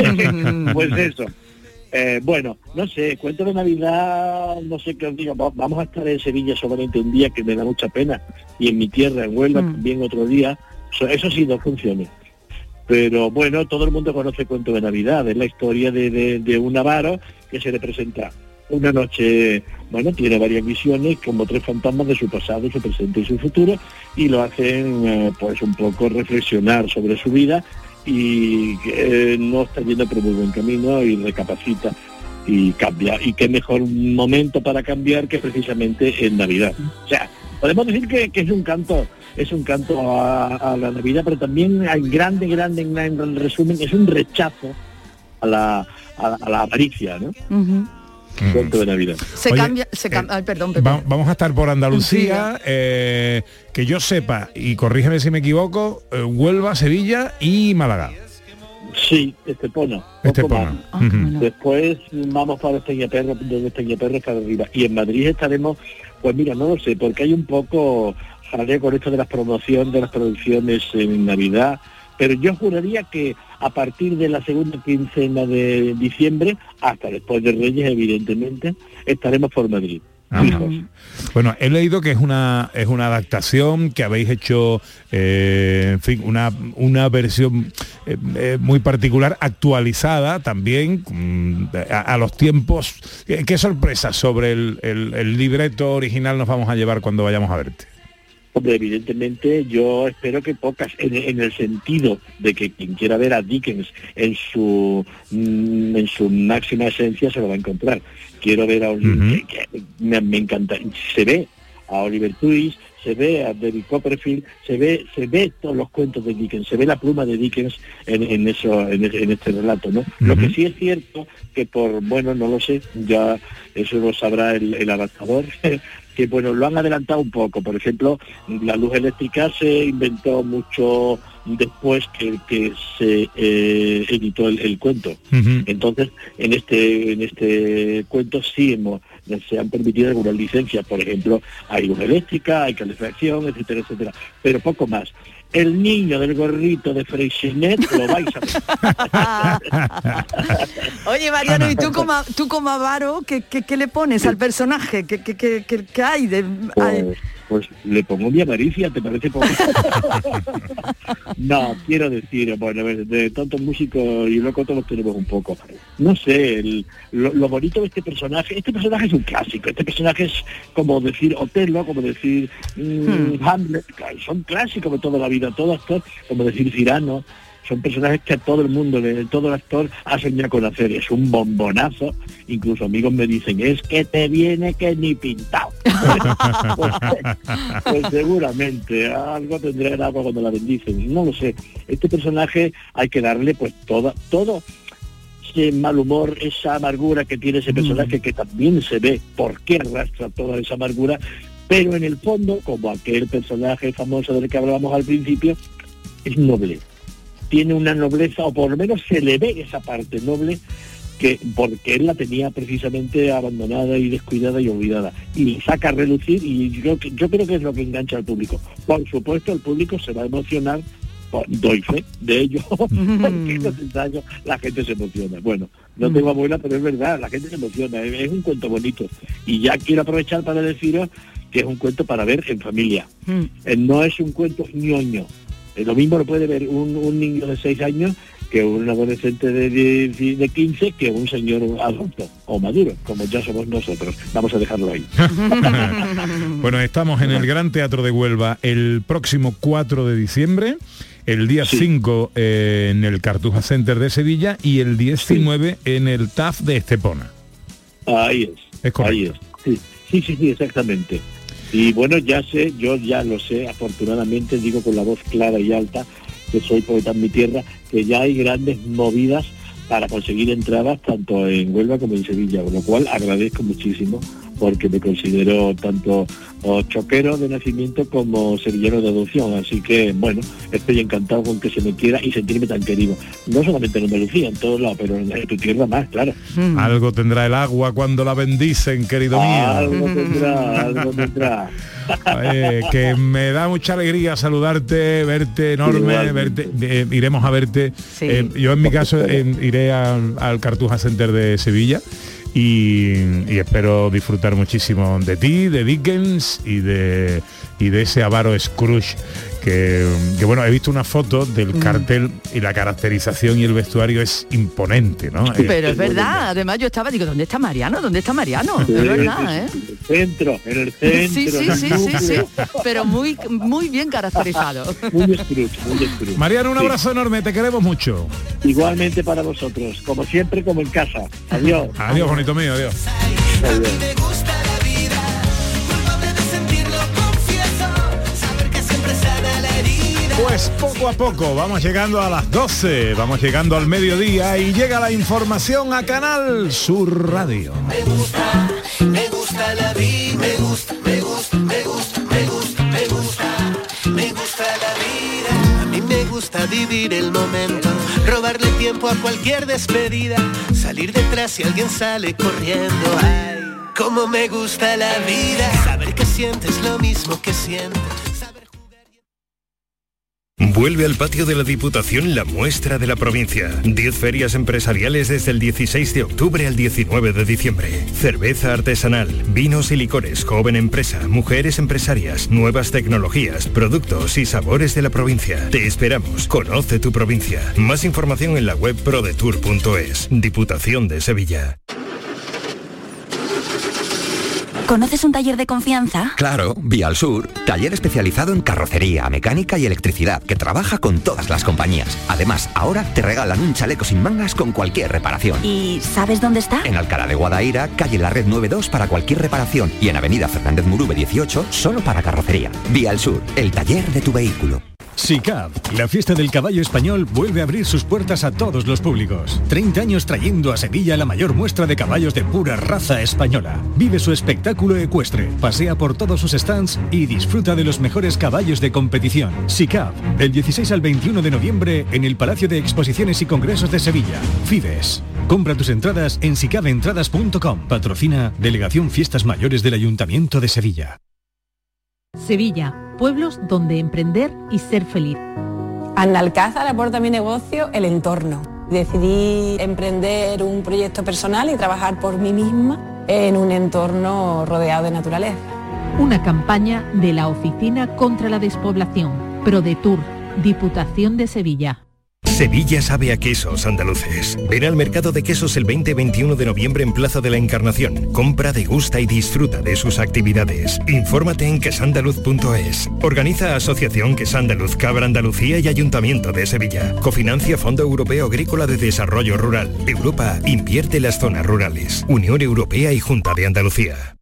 Pues eso. Eh, bueno, no sé, cuento de Navidad, no sé qué os digo, vamos a estar en Sevilla solamente un día, que me da mucha pena, y en mi tierra, en Huelva, mm. también otro día. So, eso sí, dos funciones. Pero bueno, todo el mundo conoce Cuento de Navidad, es la historia de, de, de un avaro que se le presenta una noche, bueno, tiene varias visiones, como tres fantasmas de su pasado, su presente y su futuro, y lo hacen eh, pues un poco reflexionar sobre su vida, y que eh, no está yendo por muy buen camino, y recapacita y cambia. Y qué mejor momento para cambiar que precisamente en Navidad. O sea, podemos decir que, que es un canto, es un canto a, a la Navidad, pero también hay grande, grande, en, en resumen, es un rechazo a la, a, a la avaricia, ¿no? Uh-huh. Cuento de Navidad. Se Oye, cambia, se cambia, eh, ay, perdón, perdón. Va, vamos a estar por Andalucía, sí, eh, que yo sepa, y corrígeme si me equivoco, eh, Huelva, Sevilla y Málaga. Sí, Estepona. Estepona. Uh-huh. Después vamos para Peñaperro, desde Peñaperro para arriba. Y en Madrid estaremos, pues mira, no lo sé, porque hay un poco jaleo con esto de las promociones, de las producciones en Navidad, pero yo juraría que a partir de la segunda quincena de diciembre, hasta después de Reyes, evidentemente, estaremos por Madrid. Bueno, he leído que es una es una adaptación que habéis hecho, eh, en fin, una una versión eh, eh, muy particular, actualizada también mm, a, a los tiempos. ¿Qué, qué sorpresas sobre el, el, el libreto original nos vamos a llevar cuando vayamos a verte? Hombre, evidentemente yo espero que pocas, en, en el sentido de que quien quiera ver a Dickens en su mm, en su máxima esencia se lo va a encontrar. Quiero ver a Oliver, uh-huh. que, que me, me encanta, se ve a Oliver Twist, se ve a David Copperfield, se ve se ve todos los cuentos de Dickens, se ve la pluma de Dickens en, en eso en, en este relato, ¿no? Uh-huh. Lo que sí es cierto que por, bueno, no lo sé, ya eso lo sabrá el, el adaptador, que bueno, lo han adelantado un poco. Por ejemplo, la luz eléctrica se inventó mucho después que, que se eh, editó el, el cuento. Uh-huh. Entonces, en este en este cuento sí hemos, se han permitido algunas licencias. Por ejemplo, hay luz eléctrica, hay calefacción, etcétera, etcétera, pero poco más. El niño del gorrito de Freixenet lo vais a ver. Oye, Mariano, ¿y tú como, tú como avaro, ¿qué, qué, qué le pones al personaje? ¿Qué, qué, qué, qué, qué hay de...? Pues, pues le pongo mi avaricia, ¿te parece poco? No, quiero decir, bueno, de tantos músicos y locos todos tenemos un poco. No sé, el, lo, lo bonito de este personaje, este personaje es un clásico, este personaje es como decir Otelo, como decir mmm, hmm. Hamlet, son clásicos de toda la vida, todo actor, como decir Cyrano. Son personajes que a todo el mundo, todo el actor ha soñado con hacer. Es un bombonazo. Incluso amigos me dicen, es que te viene que ni pintado. pues, pues seguramente algo tendrá en agua cuando la bendicen. No lo sé. Este personaje hay que darle pues toda, todo ese mal humor, esa amargura que tiene ese personaje, mm. que también se ve por qué arrastra toda esa amargura, pero en el fondo, como aquel personaje famoso del que hablábamos al principio, es noble. Tiene una nobleza, o por lo menos se le ve esa parte noble, que porque él la tenía precisamente abandonada y descuidada y olvidada, y saca a relucir, y yo, yo creo que es lo que engancha al público. Por supuesto, el público se va a emocionar, doy fe de ello, porque en los ensayos la gente se emociona. Bueno, no tengo abuela, pero es verdad, la gente se emociona, es, es un cuento bonito, y ya quiero aprovechar para deciros que es un cuento para ver en familia. Mm. No es un cuento ñoño. Lo mismo lo puede ver un, un niño de seis años que un adolescente de, de, de quince, que un señor adulto o maduro, como ya somos nosotros. Vamos a dejarlo ahí. Bueno, estamos en el Gran Teatro de Huelva el próximo cuatro de diciembre, el día sí. cinco eh, en el Cartuja Center de Sevilla y el diecinueve sí. en el T A F de Estepona. Ahí es. Es correcto. Ahí es. Sí, sí, sí, sí, exactamente. Y bueno, ya sé, yo ya lo sé, afortunadamente, digo con la voz clara y alta, que soy poeta en mi tierra, que ya hay grandes movidas para conseguir entradas tanto en Huelva como en Sevilla, con lo cual agradezco muchísimo porque me considero tanto o choquero de nacimiento como sevillano de adopción, así que bueno, estoy encantado con que se me quiera y sentirme tan querido, no solamente en Andalucía, en todos lados, pero en tu tierra más, claro. Mm. Algo tendrá el agua cuando la bendicen, querido mío. Algo tendrá, algo tendrá. Eh, que me da mucha alegría saludarte, verte enorme, igual, verte, eh, iremos a verte. Sí. Eh, yo en mi caso eh, iré al, al Cartuja Center de Sevilla. Y, y espero disfrutar muchísimo de ti, de Dickens y de y de ese avaro Scrooge que, que bueno, he visto una foto del mm. cartel y la caracterización y el vestuario es imponente, ¿no? Pero es verdad, además yo estaba, digo, ¿dónde está Mariano? ¿Dónde está Mariano? Sí, es verdad, ¿eh? En el centro, en el centro. Sí, sí, sí, sí, sí, pero muy, muy bien caracterizado. Muy Scrooge, muy Scrooge. Mariano, un abrazo sí. enorme, te queremos mucho. Igualmente para vosotros, como siempre, como en casa. Adiós. Adiós, bonito mío, adiós. Adiós. Pues poco a poco vamos llegando a las doce, vamos llegando al mediodía y llega la información a Canal Sur Radio. Me gusta, me gusta la vida, me gusta, me gusta, me gusta, me gusta, me gusta, me gusta la vida. A mí me gusta vivir el momento, robarle tiempo a cualquier despedida, salir detrás si alguien sale corriendo. Ay, cómo me gusta la vida, saber que sientes lo mismo que siento. Vuelve al patio de la Diputación la muestra de la provincia. diez ferias empresariales desde el dieciséis de octubre al diecinueve de diciembre. Cerveza artesanal, vinos y licores, joven empresa, mujeres empresarias, nuevas tecnologías, productos y sabores de la provincia. Te esperamos. Conoce tu provincia. Más información en la web prodetour punto es. Diputación de Sevilla. ¿Conoces un taller de confianza? Claro, Vía al Sur, taller especializado en carrocería, mecánica y electricidad, que trabaja con todas las compañías. Además, ahora te regalan un chaleco sin mangas con cualquier reparación. ¿Y sabes dónde está? En Alcalá de Guadaira, calle La Red noventa y dos para cualquier reparación y en Avenida Fernández Murube dieciocho, solo para carrocería. Vía al Sur, el taller de tu vehículo. SICAV, la fiesta del caballo español, vuelve a abrir sus puertas a todos los públicos. treinta años trayendo a Sevilla la mayor muestra de caballos de pura raza española. Vive su espectáculo ecuestre, pasea por todos sus stands y disfruta de los mejores caballos de competición. SICAV, del dieciséis al veintiuno de noviembre en el Palacio de Exposiciones y Congresos de Sevilla. Fides. Compra tus entradas en sicav entradas punto com. Patrocina Delegación Fiestas Mayores del Ayuntamiento de Sevilla. Sevilla, pueblos donde emprender y ser feliz. Analcázar aporta a mi negocio el entorno. Decidí emprender un proyecto personal y trabajar por mí misma en un entorno rodeado de naturaleza. Una campaña de la Oficina contra la Despoblación, ProDetour, Diputación de Sevilla. Sevilla sabe a quesos andaluces. Ven al mercado de quesos el veinte y veintiuno de noviembre en Plaza de la Encarnación. Compra, degusta y disfruta de sus actividades. Infórmate en quesandaluz punto es. Organiza Asociación Quesandaluz, Cabra Andalucía y Ayuntamiento de Sevilla. Cofinancia Fondo Europeo Agrícola de Desarrollo Rural. Europa invierte en las zonas rurales. Unión Europea y Junta de Andalucía.